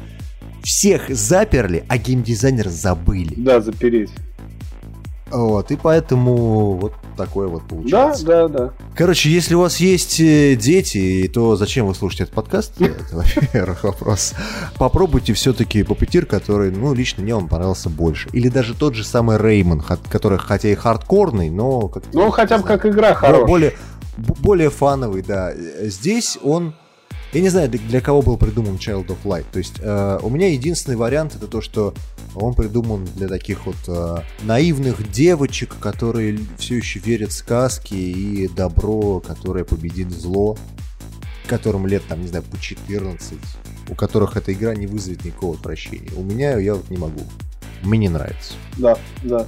всех заперли, а геймдизайнер забыли. Да, запереть. Вот, и поэтому вот такое вот Да, получается. да, да. Короче, если у вас есть э, дети, то зачем вы слушаете этот подкаст? Это, во-первых, вопрос. Попробуйте все-таки Папетир, который, ну, лично мне он понравился больше. Или даже тот же самый Реймон, который хотя и хардкорный, но... Как Ну, хотя бы как игра хорошая. Более, б- более фановый, да. Здесь он... Я не знаю, для- для кого был придуман Child of Light. То есть э, у меня единственный вариант это то, что он придуман для таких вот э, наивных девочек, которые все еще верят в сказки и добро, которое победит зло, которым лет, там, не знаю, по четырнадцать, у которых эта игра не вызовет никакого отвращения. У меня я вот не могу. Мне не нравится. Да, да.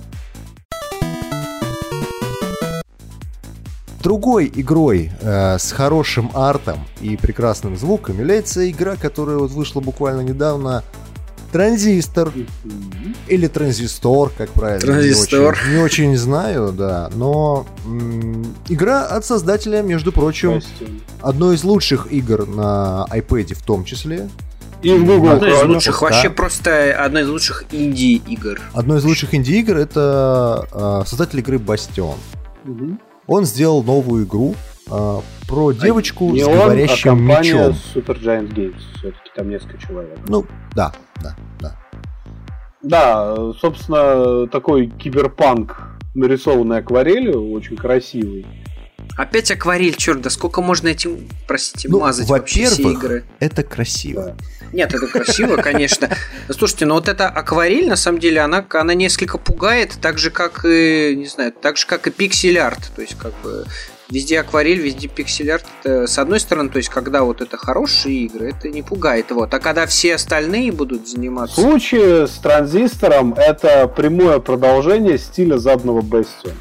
Другой игрой э, с хорошим артом и прекрасным звуком является игра, которая вот вышла буквально недавно. Транзистор. Или транзистор, как правильно. Транзистор. Не очень, не очень знаю, да. Но м- игра от создателя, между прочим, Бастион. одной из лучших игр на iPad в том числе. И в Google Одно из Chrome. лучших, да. вообще просто одно из лучших инди-игр. Одной из лучших инди-игр это э, создатель игры Бастион. Мгм. Он сделал новую игру э, про девочку Не с он, говорящим а компания мечом. Supergiant Games. Все-таки там несколько человек. Ну, да, да, да. Да, собственно, такой киберпанк, нарисованный акварелью, очень красивый. Опять акварель, черт, да сколько можно этим, простите, Ну, мазать вообще все во-первых, игры? это красиво. Нет, это красиво, конечно. Слушайте, но вот эта акварель, на самом деле, она, она несколько пугает, так же, как и, не знаю, так же, как и пиксель-арт. То есть, как бы, везде акварель, везде пиксель-арт. Это, с одной стороны, то есть, когда вот это хорошие игры, это не пугает. Вот. А когда все остальные будут заниматься... В случае с транзистором это прямое продолжение стиля задного Bastion.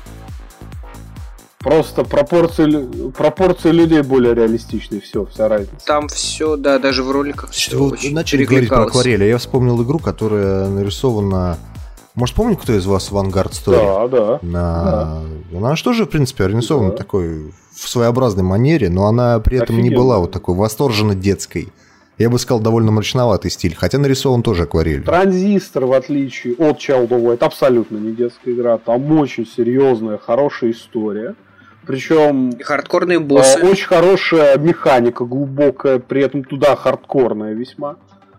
Просто пропорции, пропорции людей более реалистичные, все, вся разница. Там все, да, даже в роликах все Вы очень начали говорить про перекликалось. акварель, а я вспомнил игру, которая нарисована... Может, помните, кто из вас Vanguard Story? Да, да. На... Да. Она же тоже, в принципе, нарисована Да. такой в своеобразной манере, но она при этом Офигенно. не была вот такой восторженно детской. Я бы сказал, довольно мрачноватый стиль, хотя нарисован тоже акварелью. Транзистор, в отличие от Child of Light, абсолютно не детская игра. Там очень серьезная, хорошая история. Причем И хардкорные боссы. э, очень хорошая механика, глубокая, при этом туда хардкорная весьма.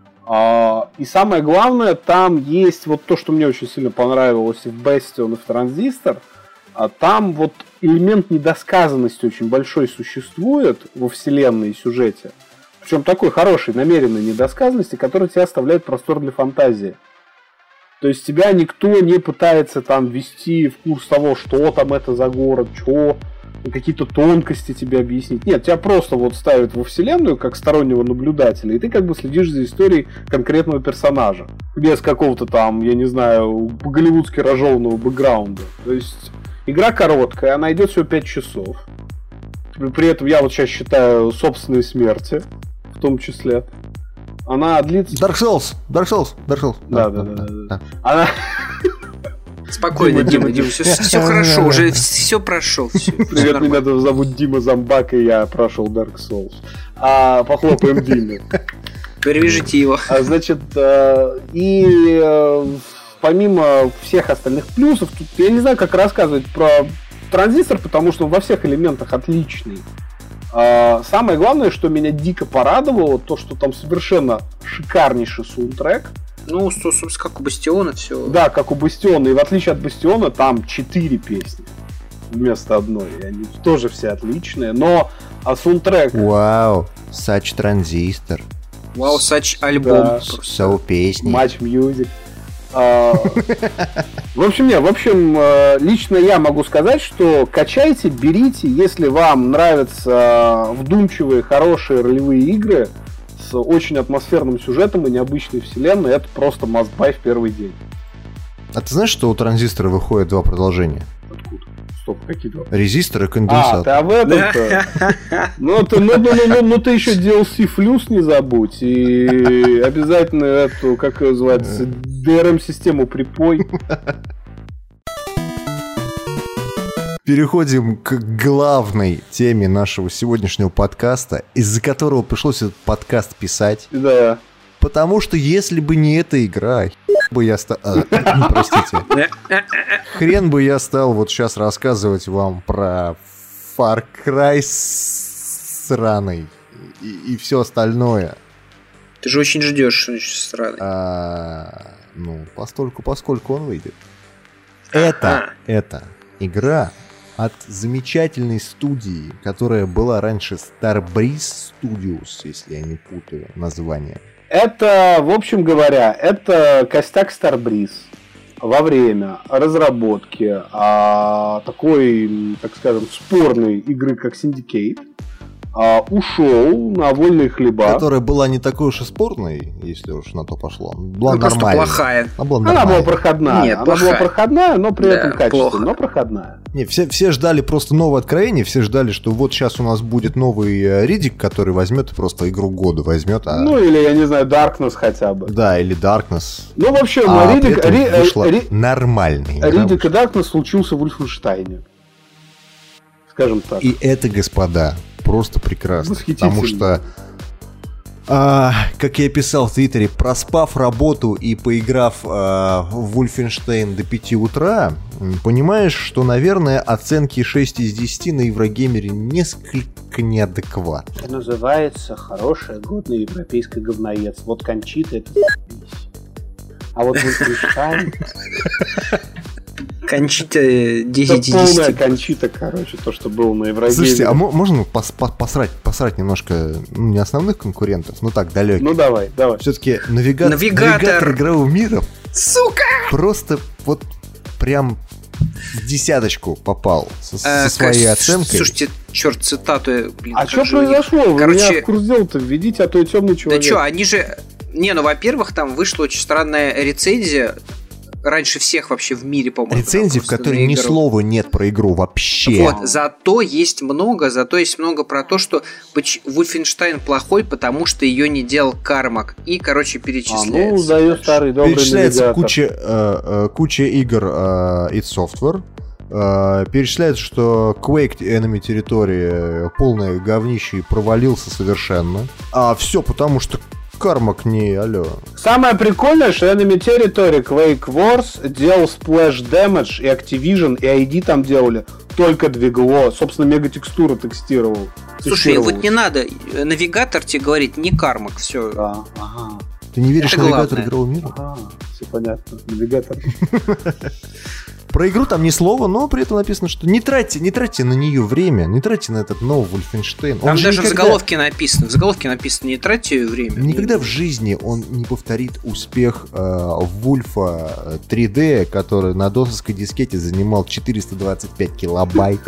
А, и самое главное, там есть вот то, что мне очень сильно понравилось и в Bastion, и в Transistor. А там вот элемент недосказанности очень большой существует во вселенной и сюжете. Причем такой хорошей, намеренной недосказанности, которая тебя оставляет простор для фантазии. То есть тебя никто не пытается там ввести в курс того, что там это за город, что, какие-то тонкости тебе объяснить. Нет, тебя просто вот ставят во вселенную как стороннего наблюдателя, и ты как бы следишь за историей конкретного персонажа. Без какого-то там, я не знаю, по-голливудски разжеванного бэкграунда. То есть игра короткая, она идет всего пять часов. При этом я вот сейчас считаю собственные смерти, в том числе. Она длится... Dark Souls, Dark Souls, Dark Souls. Да, да, да, да, да. Она... Спокойно, Дима, Дима, все, все хорошо, уже все прошел. Все, Привет, меня зовут Дима Зомбак, и я прошел Dark Souls. А, похлопаем Диме. Перевяжите его. А, значит, э, и э, помимо всех остальных плюсов, тут я не знаю, как рассказывать про Транзистор, потому что он во всех элементах отличный. А, самое главное, что меня дико порадовало, то, что там совершенно шикарнейший саундтрек. Ну, собственно, как у Бастиона все. Да, как у Бастиона. И в отличие от Бастиона, там четыре песни вместо одной. И они тоже все отличные. Но а саундтрек... Вау, Such Transistor. Вау, Such альбом. Да. So песни. Match Music. А, В общем, нет, в общем, э, лично я могу сказать, что качайте, берите, если вам нравятся вдумчивые, хорошие ролевые игры с очень атмосферным сюжетом и необычной вселенной, это просто must-buy в первый день. А ты знаешь, что у Транзистора выходит два продолжения? Откуда? Стоп, какие два? Резистор и А, конденсатор. ты об этом-то? Ну, ты, ну, ну, ну, ну, ты еще ди эл си флюс не забудь. И обязательно эту, как ее называется, ди ар эм-систему припой. Переходим к главной теме нашего сегодняшнего подкаста, из-за которого пришлось этот подкаст писать. Да. Потому что если бы не эта игра, хер бы я стал... А, ну, простите. Хрен бы я стал вот сейчас рассказывать вам про Far Cry сраный и, и все остальное. Ты же очень ждешь, что очень странно. А, ну, постольку, поскольку он выйдет. Это, это игра от замечательной студии, которая была раньше Starbreeze Studios, если я не путаю название. Это, в общем говоря, это костяк Starbreeze во время разработки а, такой, так скажем, спорной игры, как Syndicate, а, ушел на вольные хлеба. Которая была не такой уж и спорной, если уж на то пошло. Была Ну, просто нормальной. плохая. Она была, Она нормальной. была проходная. Нет, Она плохая. была проходная, но при Да, этом качественная, плохо. но проходная. Не, все, все ждали просто новое откровение, все ждали, что вот сейчас у нас будет новый э, Ридик, который возьмет и просто игру года возьмет. А... Ну, или, я не знаю, Darkness хотя бы. Да, или Darkness. Ну, в общем, А Ридик, при этом Ри- вышла Ри- нормальная игра. Ридик и вышла. Darkness случился в Wolfenstein. Скажем так. И это, господа, просто прекрасно. Восхитительно. Потому что, а, как я писал в Твиттере, проспав работу и поиграв а, в Wolfenstein до пяти утра, м, понимаешь, что, наверное, оценки шесть из десяти на Еврогеймере несколько неадекватны. Это называется хорошее, годное европейское говноед. Вот Кончита это за***ись. А вот Wolfenstein... Кончита десять из десяти. Полная десяти. кончита, короче, то, что было на Еврогейме. Слушайте, а можно пос- пос- посрать, посрать немножко, ну, не основных конкурентов, но так, далеких? Ну, давай, давай. Все-таки навига... Навигатор. навигатор игрового мира Сука! просто вот прям в десяточку попал со, со Э, своей к- оценкой. Слушайте, черт, цитату, блин. А как что же у них- произошло? Вы Короче- меня в курс дела-то введите, а то я темный Да человек. что, они же... Не, ну, во-первых, там вышла очень странная рецензия. Раньше всех вообще в мире, по-моему. Рецензии, в просто которой ни на игру. слова нет про игру вообще. Вот, зато есть много, зато есть много про то, что поч- Wolfenstein плохой, потому что ее не делал Кармак. И, короче, А, перечисляется. ну, даю старый добрый Перечисляется навигатор. куча, э, э, куча игр э, id Software. Э, перечисляется, что Quake Enemy Territory э, полное говнище и провалился совершенно. А все потому, что Кармак не, алло. Самое прикольное, что Enemy Territory, Quake Wars делал Splash Damage, и Activision, и ай ди там делали только двигло. Собственно, мегатекстуру текстировал. Слушай, тестировал. вот не надо, навигатор тебе говорит не Кармак, все. Да, ага, Ты не веришь Это в навигатор главное. игрового мира? ага, все понятно. Навигатор. Про игру там ни слова, но при этом написано, что не тратьте, не тратьте на нее время, не тратьте на этот новый Wolfenstein. Там же даже в никогда- заголовке написано, в заголовке написано, не тратьте время. Никогда в жизни он не повторит успех э, Вульфа три дэ, который на досовской дискете занимал четыреста двадцать пять килобайт.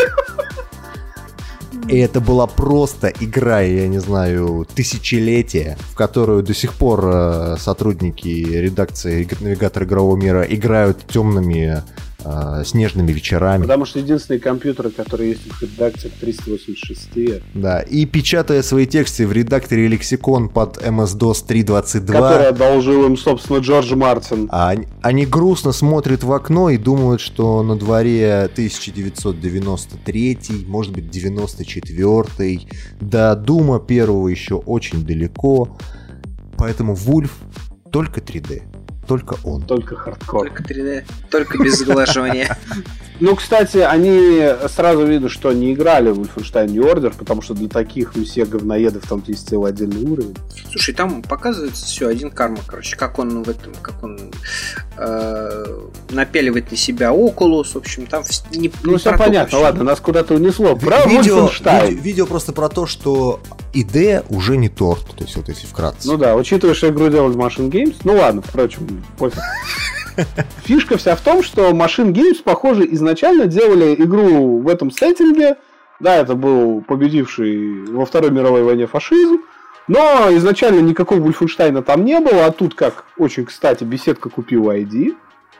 И это была просто игра, я не знаю, тысячелетия, в которую до сих пор э, сотрудники редакции навигатора игрового мира играют темными э, снежными вечерами. Потому что единственные компьютеры, которые есть в редакциях триста восемьдесят шесть, Да, и печатая свои тексты в редакторе лексикон под эм эс дос три двадцать два. который одолжил им, собственно, Джордж Мартин. А они, они грустно смотрят в окно и думают, что на дворе тысяча девятьсот девяносто третий, может быть, девяносто четвёртый. До Дума первого еще очень далеко. Поэтому Вульф только три дэ. Только он. Только хардкор. Только три дэ, только без заглаживания. Ну, кстати, они сразу видно, что не играли в Wolfenstein New Order, потому что для таких ну, всех говноедов там есть целый отдельный уровень. Слушай, там показывается все, один Кармак, короче, как он в этом, как он э, напяливает на себя Oculus, в общем, там вс- не Ну, не все про то понятно, вообще. ладно, нас куда-то унесло. Про видео, Wolfenstein. видео, видео просто про то, что id уже не торт. То есть, вот если вкратце. Ну да, учитывая, что игру делали Machine Games, ну ладно, впрочем, пофиг. Фишка вся в том, что Machine Games, похоже, изначально делали игру в этом сеттинге. Да, это был победивший во Второй мировой войне фашизм. Но изначально никакого Wolfenstein там не было, а тут, как очень кстати, беседка купила ай ди.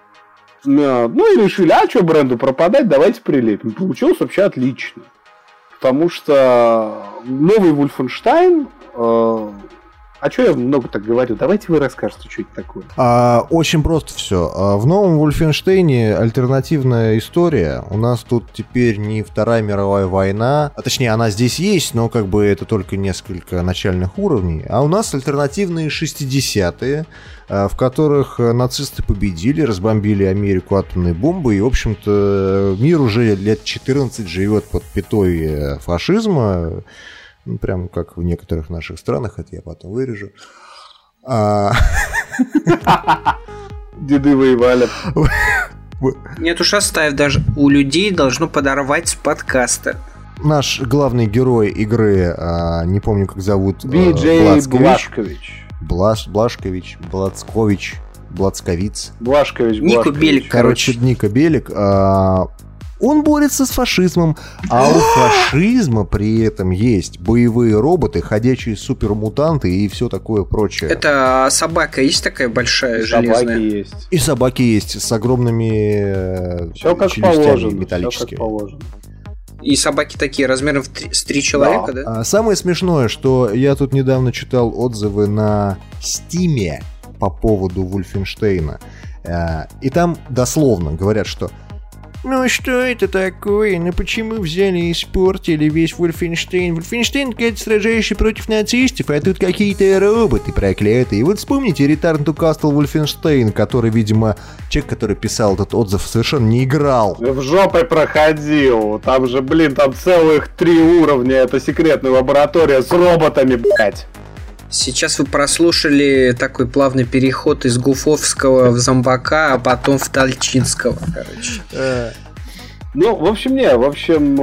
Ну и решили, а что бренду пропадать, давайте прилепим. Получилось вообще отлично. Потому что новый Wolfenstein... Э, а что я много так говорю? Давайте вы расскажете, что это такое. А, очень просто все. А, в новом Wolfenstein альтернативная история. У нас тут теперь не Вторая мировая война, а точнее она здесь есть, но как бы это только несколько начальных уровней. А у нас альтернативные шестидесятые, а, в которых нацисты победили, разбомбили Америку атомной бомбой, и, в общем-то, мир уже лет четырнадцать живет под пятой фашизма. Ну, прям как в некоторых наших странах, это я потом вырежу. А... Деды воевали. Нет уж, оставь, даже у людей должно подорвать с подкаста. Наш главный герой игры, а, не помню, как зовут, Би Джей Блацкович. Блашкович. Блаш, Блашкович, Блацкович, Блацковиц. Блашкович, Нику Блашкович. Белик. Короче, Ника Белик. а, Он борется с фашизмом, а у фашизма при этом есть боевые роботы, ходячие супермутанты и все такое прочее. Это собака есть такая большая, Собаки железная? есть. И собаки есть с огромными э, Все как челюстями положено. Все как металлическими. положено. И собаки такие размером в три, с три человека, да? А самое смешное, что я тут недавно читал отзывы на Стиме по поводу Вульфенштейна. А, И там дословно говорят, что ну что это такое? Ну почему взяли и испортили весь Вульфенштейн? Вульфенштейн какая-то сражающий против нацистов, а тут какие-то роботы проклятые. Вот вспомните Return to Castle Wolfenstein, который, видимо, человек, который писал этот отзыв, совершенно не играл. В жопой проходил. Там же, блин, там целых три уровня. Это секретная лаборатория с роботами, блять. Сейчас вы прослушали такой плавный переход из Гуфовского в Зомбака, а потом в Тальчинского, короче. Ну, в общем, не, в общем,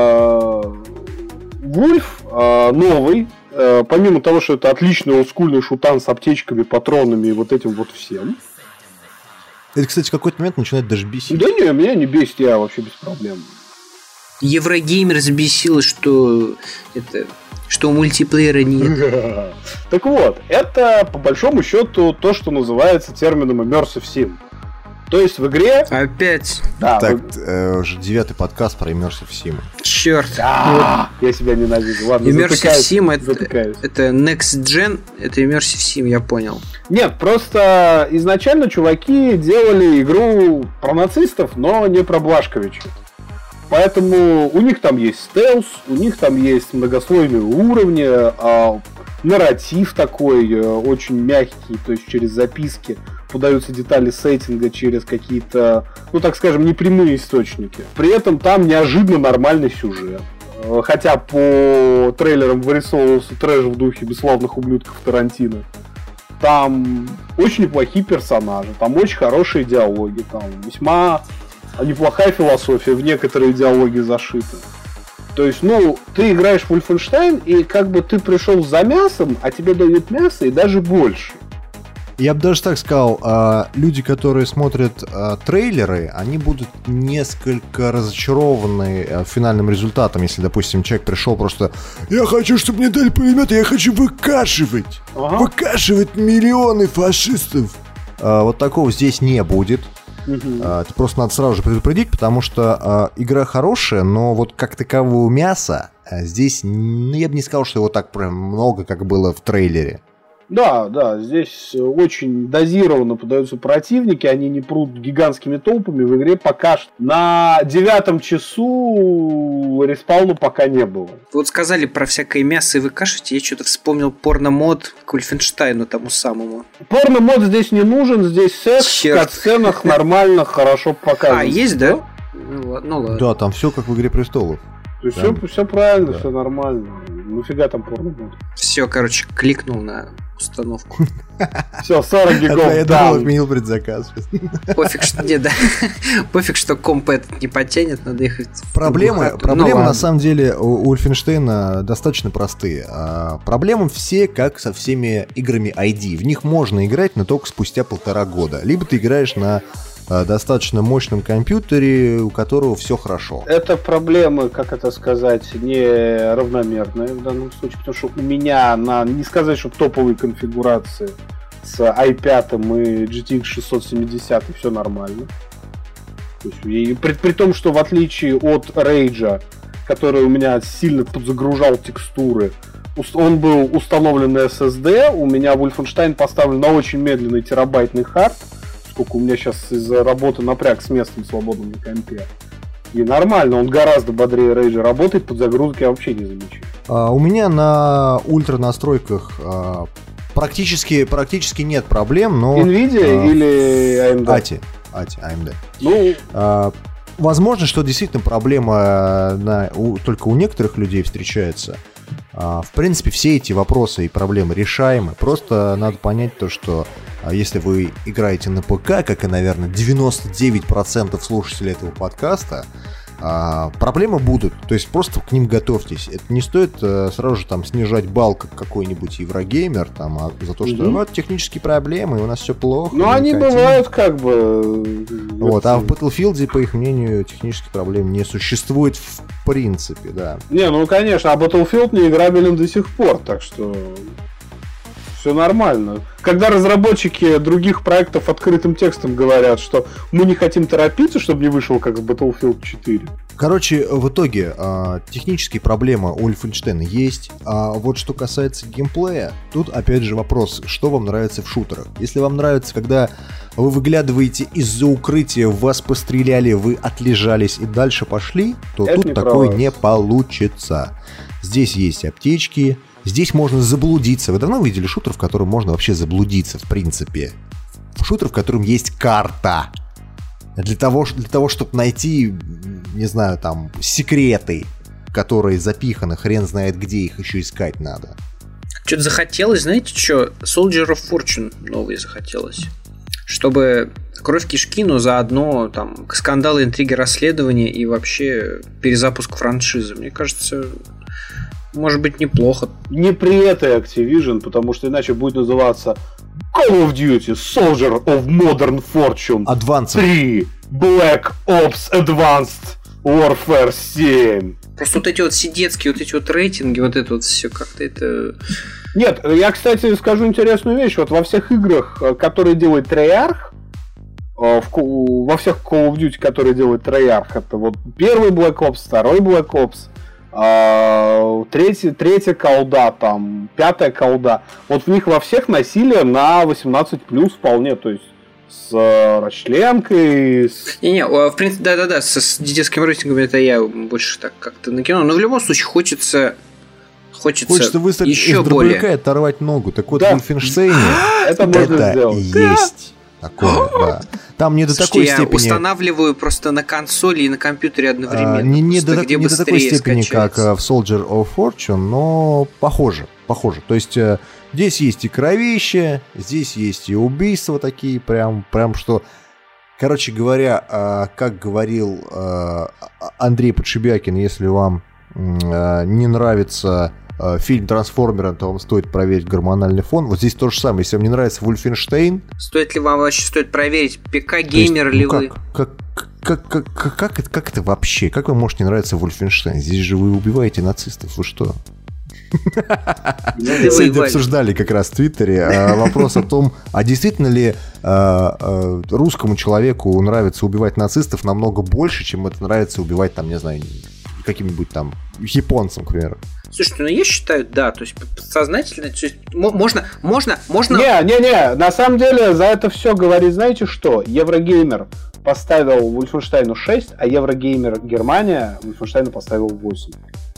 Вульф новый, помимо того, что это отличный олдскульный шутан с аптечками, патронами и вот этим вот всем. Это, кстати, в какой-то момент начинает даже бесить. Да не, меня не бесит, я вообще без проблем. Еврогеймер взбесило, что это... что мультиплеера нет. Так вот, это по большому счету то, что называется термином Immersive Sim. То есть в игре... Опять? Да, так, в... э, уже девятый подкаст про Immersive Sim. Черт. А, вот. Я себя ненавижу. Ладно, Immersive Sim это, затыкаюсь. это Next Gen, это Immersive Sim, я понял. Нет, просто изначально чуваки делали игру про нацистов, но не про Блашковича. Поэтому у них там есть стелс, у них там есть многослойные уровни, а, нарратив такой очень мягкий, то есть через записки подаются детали сеттинга через какие-то, ну так скажем, непрямые источники. При этом там неожиданно нормальный сюжет. Хотя по трейлерам вырисовывался трэш в духе бесславных ублюдков Тарантино. Там очень неплохие персонажи, там очень хорошие диалоги, там весьма неплохая философия в некоторые диалоги зашита. То есть, ну, ты играешь в Wolfenstein, и как бы ты пришел за мясом, а тебе дают мясо и даже больше. Я бы даже так сказал, люди, которые смотрят трейлеры, они будут несколько разочарованы финальным результатом, если, допустим, человек пришел просто «Я хочу, чтобы мне дали пулемет, я хочу выкашивать! Ага. Выкашивать миллионы фашистов!» Вот такого здесь не будет. Uh-huh. Это просто надо сразу же предупредить, потому что э, игра хорошая, но вот как такового мяса э, здесь, ну, я бы не сказал, что его так прям много, как было в трейлере. Да, да, здесь очень дозированно подаются противники, они не прут гигантскими толпами, в игре пока что. На девятом часу респауна пока не было. Вот сказали про всякое мясо и выкашивать, я что-то вспомнил порно-мод к Wolfenstein тому самому. Порно-мод здесь не нужен, здесь секс Черт. В катсценах нормально, хорошо показано. А, есть, да? Ну ладно, ну ладно. Да, там все как в «Игре престолов». То есть все, все правильно, да. Все нормально. Нафига там порно-мод? Все, короче, кликнул на установку. Все, сорок гигов. Я думал, отменил предзаказ. Пофиг, что не, да. Пофиг, что комп этот не потянет, надо ехать. Проблемы, проблемы на самом деле у Wolfenstein достаточно простые. Проблемы все, как со всеми играми ай ди. В них можно играть, но только спустя полтора года. Либо ты играешь на достаточно мощном компьютере, у которого все хорошо. Это проблемы, как это сказать, не равномерные в данном случае, потому что у меня на, не сказать, что топовые конфигурации с ай пять и джи ти экс шестьсот семьдесят все нормально. То есть, и при, при том, что в отличие от Rage, который у меня сильно подзагружал текстуры, он был установлен на эс эс ди, у меня Wolfenstein поставлен на очень медленный терабайтный хард, сколько у меня сейчас из-за работы напряг с местом свободным на компе. И нормально, он гораздо бодрее Rage работает, под загрузки я вообще не замечаю. А, у меня на ультра настройках а, практически, практически нет проблем, но... Nvidia а, или эй эм ди? эй ти, эй ти, эй эм ди. Ну... А, возможно, что действительно проблема на, у, только у некоторых людей встречается. А, в принципе, все эти вопросы и проблемы решаемы. Просто надо понять то, что а, если вы играете на ПК, как и, наверное, девяносто девять процентов слушателей этого подкаста, а, проблемы будут. То есть просто к ним готовьтесь. Это не стоит а, сразу же там снижать балл, как какой-нибудь Еврогеймер, там, а, за то, что mm-hmm. вот технические проблемы, у нас все плохо. Ну, они хотим. Бывают как бы... Вот, а в Battlefield, по их мнению, технических проблем не существует в принципе, да. Не, ну конечно, а Battlefield не играбелен до сих пор, так что все нормально. Когда разработчики других проектов открытым текстом говорят, что мы не хотим торопиться, чтобы не вышел как в Battlefield четыре. Короче, в итоге технические проблемы у Wolfenstein есть, а вот что касается геймплея, тут опять же вопрос, что вам нравится в шутерах. Если вам нравится, когда вы выглядываете из-за укрытия, в вас постреляли, вы отлежались и дальше пошли, то это тут не такое не получится. Здесь есть аптечки, здесь можно заблудиться. Вы давно видели шутер, в котором можно вообще заблудиться, в принципе? Шутер, в котором есть карта. Для того, для того, чтобы найти, не знаю, там, секреты, которые запиханы, хрен знает где, их еще искать надо. Что-то захотелось, знаете, что? Soldier of Fortune новый захотелось. Чтобы кровь кишки, но заодно там скандалы, интриги, расследования и вообще перезапуск франшизы. Мне кажется, может быть неплохо. Не при этой Activision, потому что иначе будет называться Call of Duty Soldier of Modern Fortune Advanced. три Black Ops Advanced Warfare семь. Просто вот эти вот сидетские, вот эти вот рейтинги, вот это вот все как-то это... Нет, я, кстати, скажу интересную вещь. Вот во всех играх, которые делает Treyarch, во всех Call of Duty, которые делает Treyarch, это вот первый Black Ops, второй Black Ops, третий, третья колда, там, пятая колда. Вот в них во всех насилие на восемнадцать плюс вполне, то есть с расчленкой. С... Не-не, в принципе, да-да-да, с, с детским рейтингом это я больше так как-то накинул. Но в любом случае хочется... Хочется, Хочется выставить еще из дробовика и оторвать ногу. Так вот, да. в Wolfenstein это, это есть такое, да. Там не до Слушайте, такой я степени... устанавливаю просто на консоли и на компьютере одновременно. А, не не, просто, до, где не до такой степени, скачается. как в Soldier of Fortune, но похоже. Похоже. То есть э, здесь есть и кровище, здесь есть и убийства такие, прям, прям что... Короче говоря, э, как говорил э, Андрей Подшибякин, если вам э, не нравится... фильм «Трансформеры», то вам стоит проверить гормональный фон. Вот здесь то же самое. Если вам не нравится Wolfenstein... Стоит ли вам вообще стоит проверить, ПК-геймер ли ну, вы? Как, как, как, как, как, это, как это вообще? Как вам может не нравиться Wolfenstein? Здесь же вы убиваете нацистов. Вы что? Сегодня обсуждали как раз в Твиттере вопрос о том, а действительно ли русскому человеку нравится убивать нацистов намного больше, чем это нравится убивать, там, не знаю, каким-нибудь там японцам, к примеру. Слушайте, ну я считаю, да, то есть подсознательно, то есть, можно, можно, можно... Не, не, не, на самом деле за это все говорит, знаете что? Еврогеймер поставил Wolfenstein шесть, а Еврогеймер Германия Wolfenstein поставил восемь.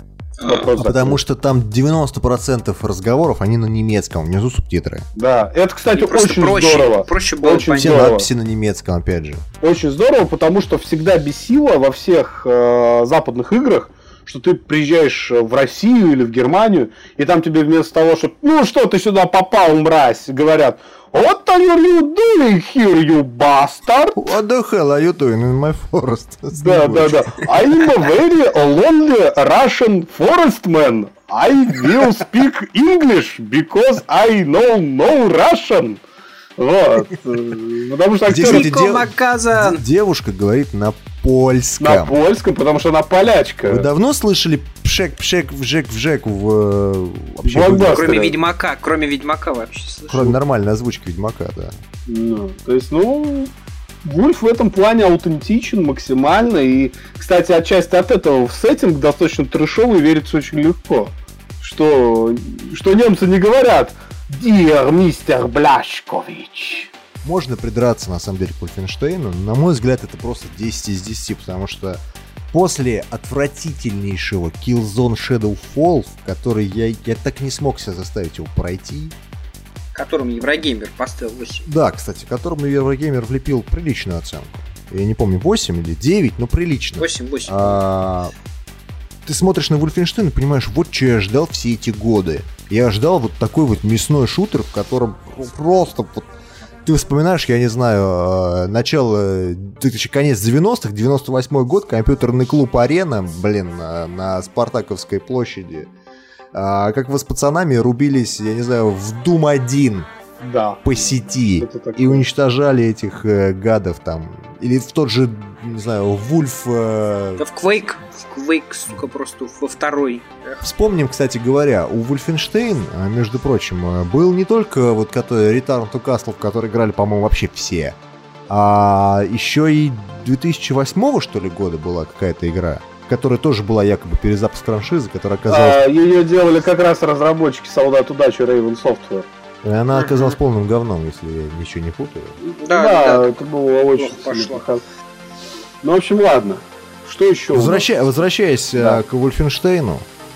А, потому что там девяносто процентов разговоров, они на немецком, внизу субтитры. Да, это, кстати, очень проще, здорово. Проще было очень Все здорово. надписи на немецком, опять же. Очень здорово, потому что всегда бесило во всех э, западных играх, что ты приезжаешь в Россию или в Германию, и там тебе вместо того, что «Ну что ты сюда попал, мразь?» говорят «What are you doing here, you bastard?» What the hell are you doing in my forest? Да, да, да. I'm a very lonely Russian forest man. I will speak English because I know no Russian. Вот. Потому что актеры... Дев... Девушка говорит на польском. На польском, потому что она полячка. Вы давно слышали пшек-пшек, вжек-вжек в... Вообще, кроме Ведьмака, кроме Ведьмака вообще слышал. Кроме нормальной озвучки Ведьмака, да. Ну, то есть, ну... Вульф в этом плане аутентичен максимально. И, кстати, отчасти от этого в сеттинг достаточно трэшовый верится очень легко. Что, что немцы не говорят «Dear мистер Бляшкович». Можно придраться, на самом деле, к Wolfenstein'у. На мой взгляд, это просто десять из десяти, потому что после отвратительнейшего Killzone Shadowfall, который я, я так не смог себя заставить его пройти, которому Еврогеймер поставил восемь. Да, кстати, которому Еврогеймер влепил приличную оценку. Я не помню, восемь или девять, но прилично. восемь, восемь. А, ты смотришь на Wolfenstein и понимаешь, вот что я ждал все эти годы. Я ждал вот такой вот мясной шутер, в котором просто вот... Ты вспоминаешь, я не знаю, начало, конец девяностых, девяносто восьмой год, компьютерный клуб «Арена», блин, на, на Спартаковской площади. А, как вы с пацанами рубились, я не знаю, в Doom один, да, по сети и уничтожали этих э, гадов там. Или в тот же, не знаю, Вульф... Э... Да в Quake, в Quake, сука, просто во второй. Вспомним, кстати говоря, у Wolfenstein, между прочим, был не только вот который Return to Castle, в который играли, по-моему, вообще все, а еще и две тысячи восьмого, что ли, года была какая-то игра, которая тоже была якобы перезапуск франшизы, которая оказалась... А, ее делали как раз разработчики «Солдат удачи» Raven Software. И она оказалась полным говном, если я ничего не путаю. Да, да, да, это было очень плохо. Ну, в общем, ладно. Что еще? Возвращай, возвращаясь да. к Wolfenstein'у,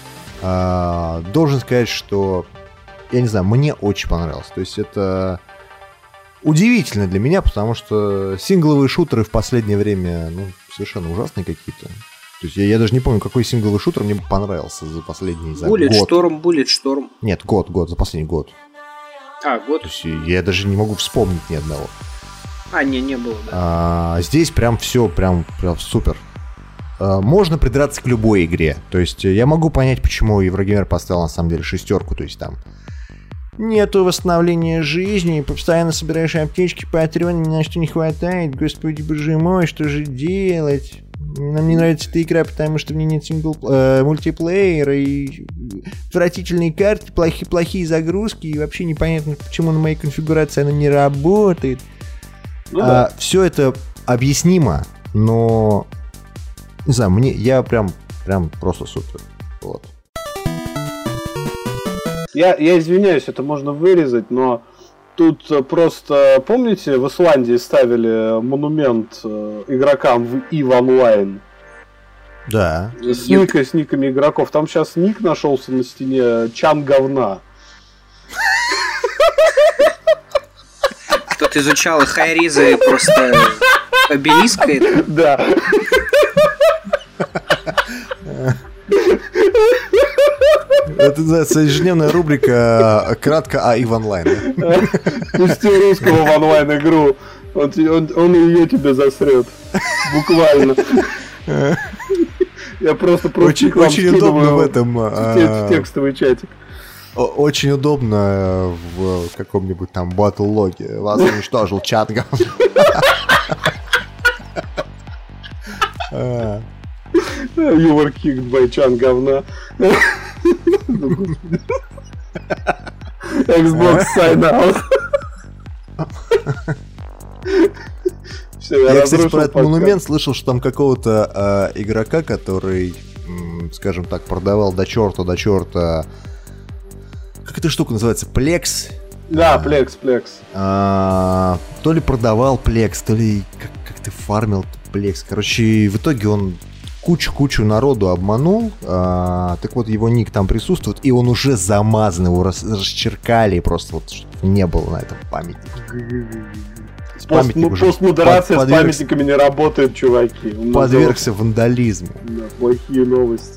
а, должен сказать, что, я не знаю, мне очень понравилось. То есть это удивительно для меня, потому что сингловые шутеры в последнее время ну, совершенно ужасные какие-то. То есть я, я даже не помню, какой сингловый шутер мне понравился за последний за Bullet год. Storm, Bullet Storm. Нет, год, год, за последний год. А, год? То есть я даже не могу вспомнить ни одного. А, не, не было, да. А, здесь прям все, прям, прям супер. А, можно придраться к любой игре. То есть я могу понять, почему Еврогеймер поставил на самом деле шестерку. То есть там нету восстановления жизни, постоянно собираешь аптечки по Патреону, ни на что не хватает. Господи, боже мой, что же делать? Нам не нравится эта игра, потому что в ней нет сингл, э, мультиплеера и отвратительные карты, плохие, плохие загрузки, и вообще непонятно, почему на моей конфигурации она не работает. Ну, а, да. Все это объяснимо, но не знаю, мне я прям, прям просто супер. Вот. Я, я извиняюсь, это можно вырезать, но тут просто, помните, в Исландии ставили монумент игрокам в ив онлайн? Да. С, ника, с никами игроков. Там сейчас ник нашелся на стене Чан говна. Кто-то изучал хайризы просто обелиска это? Да. Это называется ежедневная рубрика «Кратко о ив онлайн». Пусти русского в онлайн-игру. Он, он, он ее тебе засрет. Буквально. Я просто очень, очень удобно в этом в текстовый чатик. Очень удобно в каком-нибудь там батл-логе. Вас уничтожил чат говно. You were kicked by Чан говна. Xbox sign out. Все, я, я кстати, про этот монумент слышал, что там какого-то э, игрока, который, м, скажем так, продавал до черта, до черта. Как эта штука называется? Плекс? Да, Плекс, Плекс. А, то ли продавал Плекс, то ли как, как ты фармил Плекс. Короче, в итоге он кучу-кучу народу обманул. А, так вот, его ник там присутствует, и он уже замазан, его рас, расчеркали, просто вот чтобы не было на этом памятнике. Пост, постмодерация под, с памятниками не работает, чуваки. Подвергся вандализму. Да, плохие новости.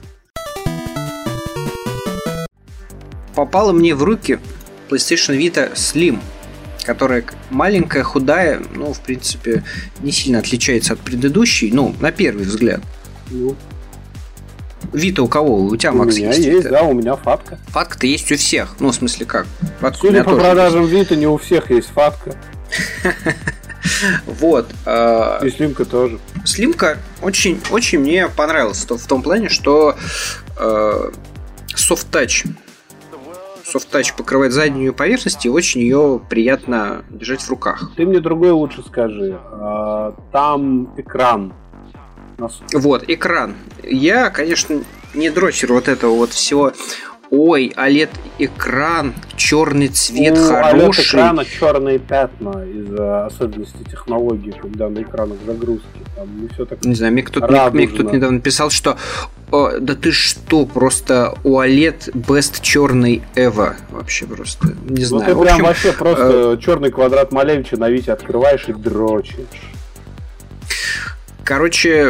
Попала мне в руки PlayStation Vita Slim, которая маленькая, худая, но, в принципе, не сильно отличается от предыдущей, ну, на первый взгляд. Ну. Vita у кого? У тебя, у Макс, меня есть? есть, да, у меня фатка. Фатка-то есть у всех. Ну, в смысле, как? Фатка Судя по продажам Vita, не у всех есть фатка. Вот. И Слимка тоже. Слимка очень, очень мне понравилась в том плане, что э, Soft Touch. Soft Touch покрывает заднюю поверхность, и очень ее приятно держать в руках. Ты мне другой лучше скажи. Там экран. Вот, экран. Я, конечно, не дрочер вот этого вот всего. Ой, о лед экран, черный цвет, у хороший. о лед экрана черные пятна из-за особенностей технологии, когда на экранах загрузки. Там не все так. Не знаю, мне кто-то, мне кто-то недавно писал, что о, да ты что, просто у о лед best черный Эва. Вообще просто. Не знаю. Ну ты в общем, прям вообще просто э... черный квадрат Малевича на Вите открываешь и дрочишь. Короче,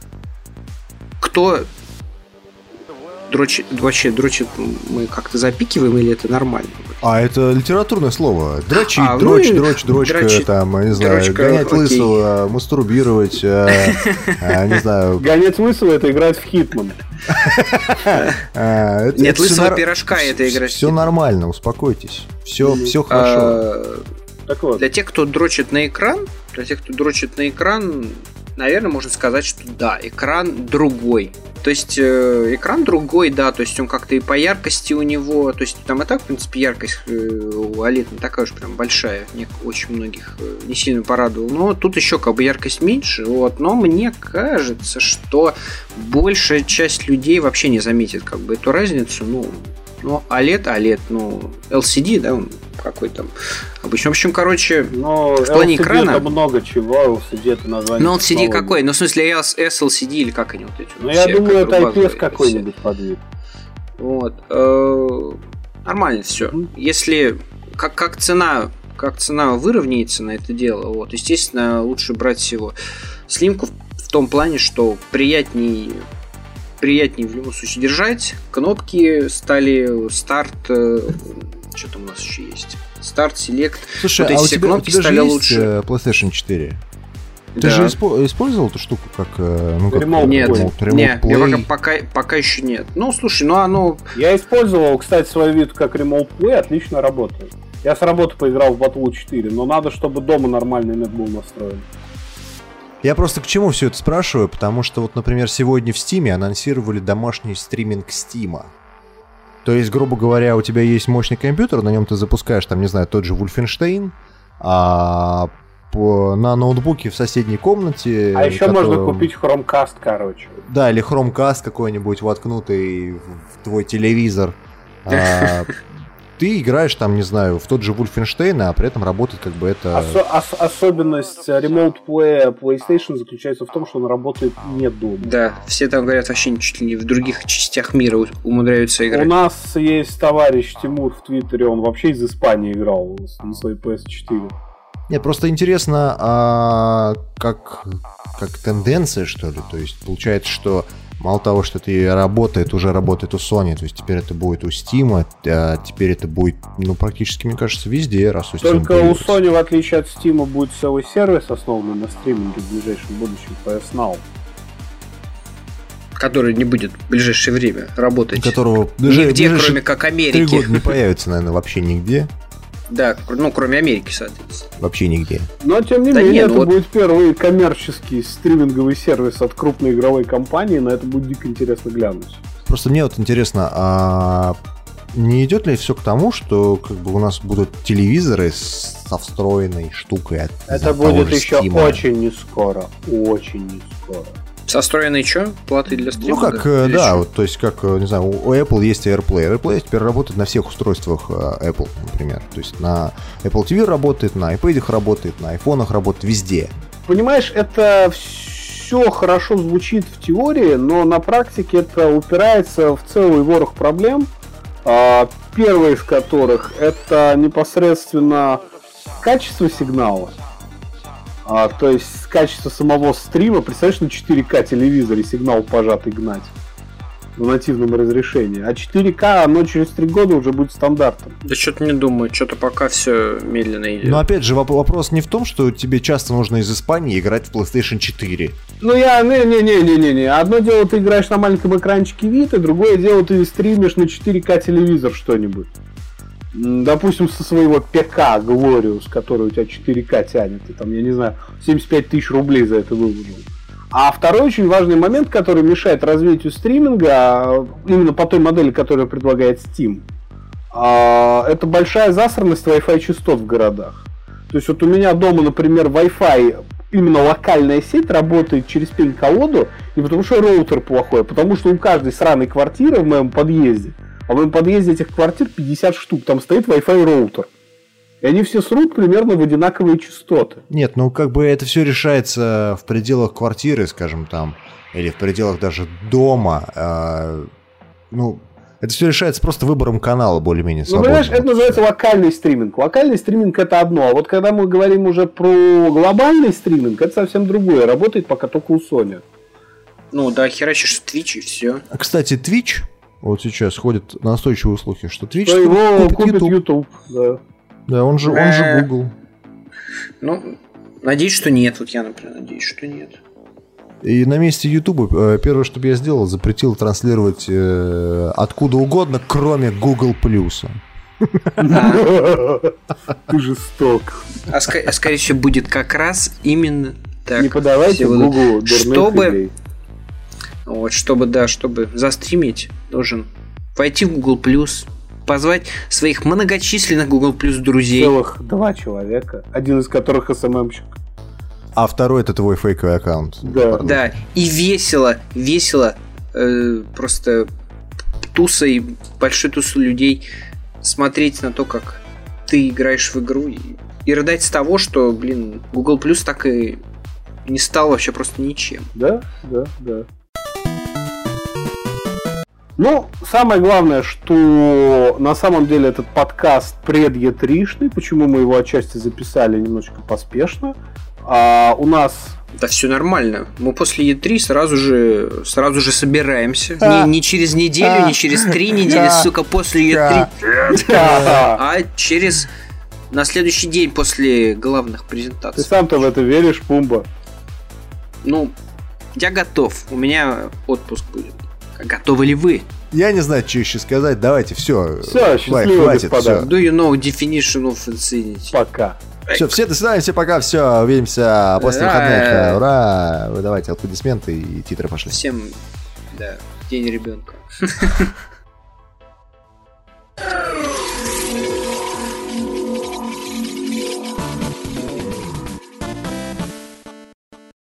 кто дрочит, вообще дрочит, мы как-то запикиваем или это нормально? А это литературное слово. Дрочить, а, дрочь, ну, дрочь, дрочка, дрочить, там, не знаю, дрочка, гонять окей. лысого, мастурбировать, не знаю. Гонять лысого — это играть в Хитман. Нет, лысого пирожка это играть. Все нормально, успокойтесь. Все хорошо. Для тех, кто дрочит на экран, для тех, кто дрочит на экран, наверное, можно сказать, что да, экран другой. То есть э, экран другой, да, то есть он как-то и по яркости у него, то есть там и так, в принципе, яркость э, у о лед не такая уж прям большая, мне очень многих э, не сильно порадовал, но тут еще как бы яркость меньше, вот, но мне кажется, что большая часть людей вообще не заметит как бы эту разницу, ну, ну, о лед, о лед, ну, эл си ди, да, он какой там обычно. В общем, короче, но в плане эл си ди экрана... это много чего, эл си ди это название. Ну, эл си ди какой? Ну, в смысле, эс эл си ди или как они вот эти? Ну, я думаю, это ай пи эс какой-нибудь подвид. Вот. Нормально все. Если как, как цена, как цена выровняется на это дело, вот, естественно, лучше брать всего слимку в том плане, что приятней приятнее в любом случае держать. Кнопки стали старт... Что там у нас еще есть? Старт, селект. Слушай, вот а эти у все тебя, кнопки у тебя стали же есть лучше. PlayStation четыре? Ты Да. же испо- использовал эту штуку как... Ну, как Remote Нет, Play. Remote нет, Play? я пока, пока, пока еще нет. Ну, слушай, ну оно... Я использовал, кстати, свою вид как Remote Play, отлично работает. Я с работы поиграл в Battlefield четыре, но надо, чтобы дома нормальный нет был настроен. Я просто к чему все это спрашиваю, потому что вот, например, сегодня в Steam анонсировали домашний стриминг Steam. То есть, грубо говоря, у тебя есть мощный компьютер, на нем ты запускаешь, там, не знаю, тот же Wolfenstein, а по, на ноутбуке в соседней комнате... А еще которым... можно купить Chromecast, короче. Да, или Chromecast какой-нибудь, воткнутый в твой телевизор. А, ты играешь там, не знаю, в тот же Wolfenstein, а при этом работает как бы это... Осо- ос- особенность Remote Play PlayStation заключается в том, что он работает не дома. Да, все там говорят вообще чуть ли не в других частях мира умудряются играть. У нас есть товарищ Тимур в Твиттере, он вообще из Испании играл на своей пи эс четыре. Нет, просто интересно, а как, как тенденция, что ли? То есть получается, что мало того, что это работает, уже работает у Sony, то есть теперь это будет у Steam, а теперь это будет, ну, практически, мне кажется, везде, раз у Steam Только у появится. Sony, в отличие от Steam, будет целый сервис, основанный на стриминге в ближайшем будущем, пи эс Now. Который не будет в ближайшее время работать. Которого даже нигде, ближайшие кроме как три Америки. года не появится, наверное, вообще нигде. Да, ну кроме Америки, соответственно. Вообще нигде. Но, тем не Да менее, нет, это вот- будет первый коммерческий стриминговый сервис от крупной игровой компании, на это будет дико интересно глянуть. Просто мне вот интересно, а не идет ли все к тому, что как бы у нас будут телевизоры с- со встроенной штукой от Это того будет же еще Steam? очень не скоро, очень не скоро. Со встроенной что? Платы для Ну стриминга? как, э, Или да, чё? вот, то есть как, э, не знаю, у у Apple есть AirPlay. AirPlay теперь работает на всех устройствах э, Apple, например. То есть на Apple ти ви работает, на iPad работает, на айфонах работает, везде. Понимаешь, это все хорошо звучит в теории, но на практике это упирается в целый ворох проблем. А, Первая из которых это непосредственно качество сигнала. А, то есть качество самого стрима. Представляешь, на четыре ка телевизоре сигнал пожатый гнать в нативном разрешении. А четыре ка, оно через три года уже будет стандартом. Да что-то не думаю, что-то пока все медленно идет. Но опять же, воп- вопрос не в том, что тебе часто нужно из Испании играть в PlayStation четыре. Ну я, не-не-не-не-не. Одно дело, ты играешь на маленьком экранчике Vita, другое дело, ты стримишь на четыре ка телевизор что-нибудь. М, Допустим, со своего ПК Glorious, который у тебя четыре ка тянет, ты там, я не знаю, семьдесят пять тысяч рублей за это выложил. А второй очень важный момент, который мешает развитию стриминга, а, именно по той модели, которую предлагает Steam, а, это большая засранность Wi-Fi частот в городах. То есть вот у меня дома, например, Wi-Fi, именно локальная сеть работает через пень-колоду, не потому что роутер плохой, а потому что у каждой сраной квартиры в моем подъезде, а в моем подъезде этих квартир пятьдесят штук, там стоит Wi-Fi роутер. И они все срут примерно в одинаковые частоты. Нет, ну как бы это все решается в пределах квартиры, скажем там, или в пределах даже дома. э, ну, это все решается просто выбором канала более-менее Ну, свободно. понимаешь, это называется локальный стриминг. Локальный стриминг это одно, а вот когда мы говорим уже про глобальный стриминг, это совсем другое. Работает пока только у Sony. Ну да, херачишь в Twitch и все. А, кстати, Twitch, вот сейчас ходят настойчивые слухи, что Twitch Что его купит купит YouTube. YouTube. Да. Да, он же, он же Google. Ну, надеюсь, что нет. Вот я, например, надеюсь, что нет. И на месте YouTube э, первое, что бы я сделал, запретил транслировать э, откуда угодно, кроме Google Плюса. Ты жесток. А, ска- а скорее всего будет как раз именно так. Не подавайте Все будут- Google дурных Чтобы, идей. вот, чтобы, да, чтобы застримить, должен войти в Google Плюс, позвать своих многочисленных Google Плюс друзей. Целых два человека, один из которых эс эм эм-щик. А второй это твой фейковый аккаунт. Да. Пардон. Да, и весело, весело, э, просто тусой, большой тусу людей смотреть на то, как ты играешь в игру и, и рыдать с того, что, блин, Google Плюс так и не стал вообще просто ничем. Да, да, да. Ну, самое главное, что на самом деле этот подкаст пред-е тришный, почему мы его отчасти записали немножечко поспешно. А у нас Да все нормально. Мы после и три сразу же, сразу же собираемся. А. Не, не через неделю, не через три недели, сука, после и три. А через... На следующий день после главных Ты презентаций. сам-то в это веришь, Пумба? Ну, я готов. У меня отпуск будет. Готовы ли вы? Я не знаю, что еще сказать. Давайте, все. Всё, счастливо, хватит, господа. все. Do you know definition of insanity? Пока. Все, все, до свидания, все пока, все, увидимся после Ура! выходных. Ура! Вы давайте аплодисменты и титры пошли. Всем, да, день ребенка.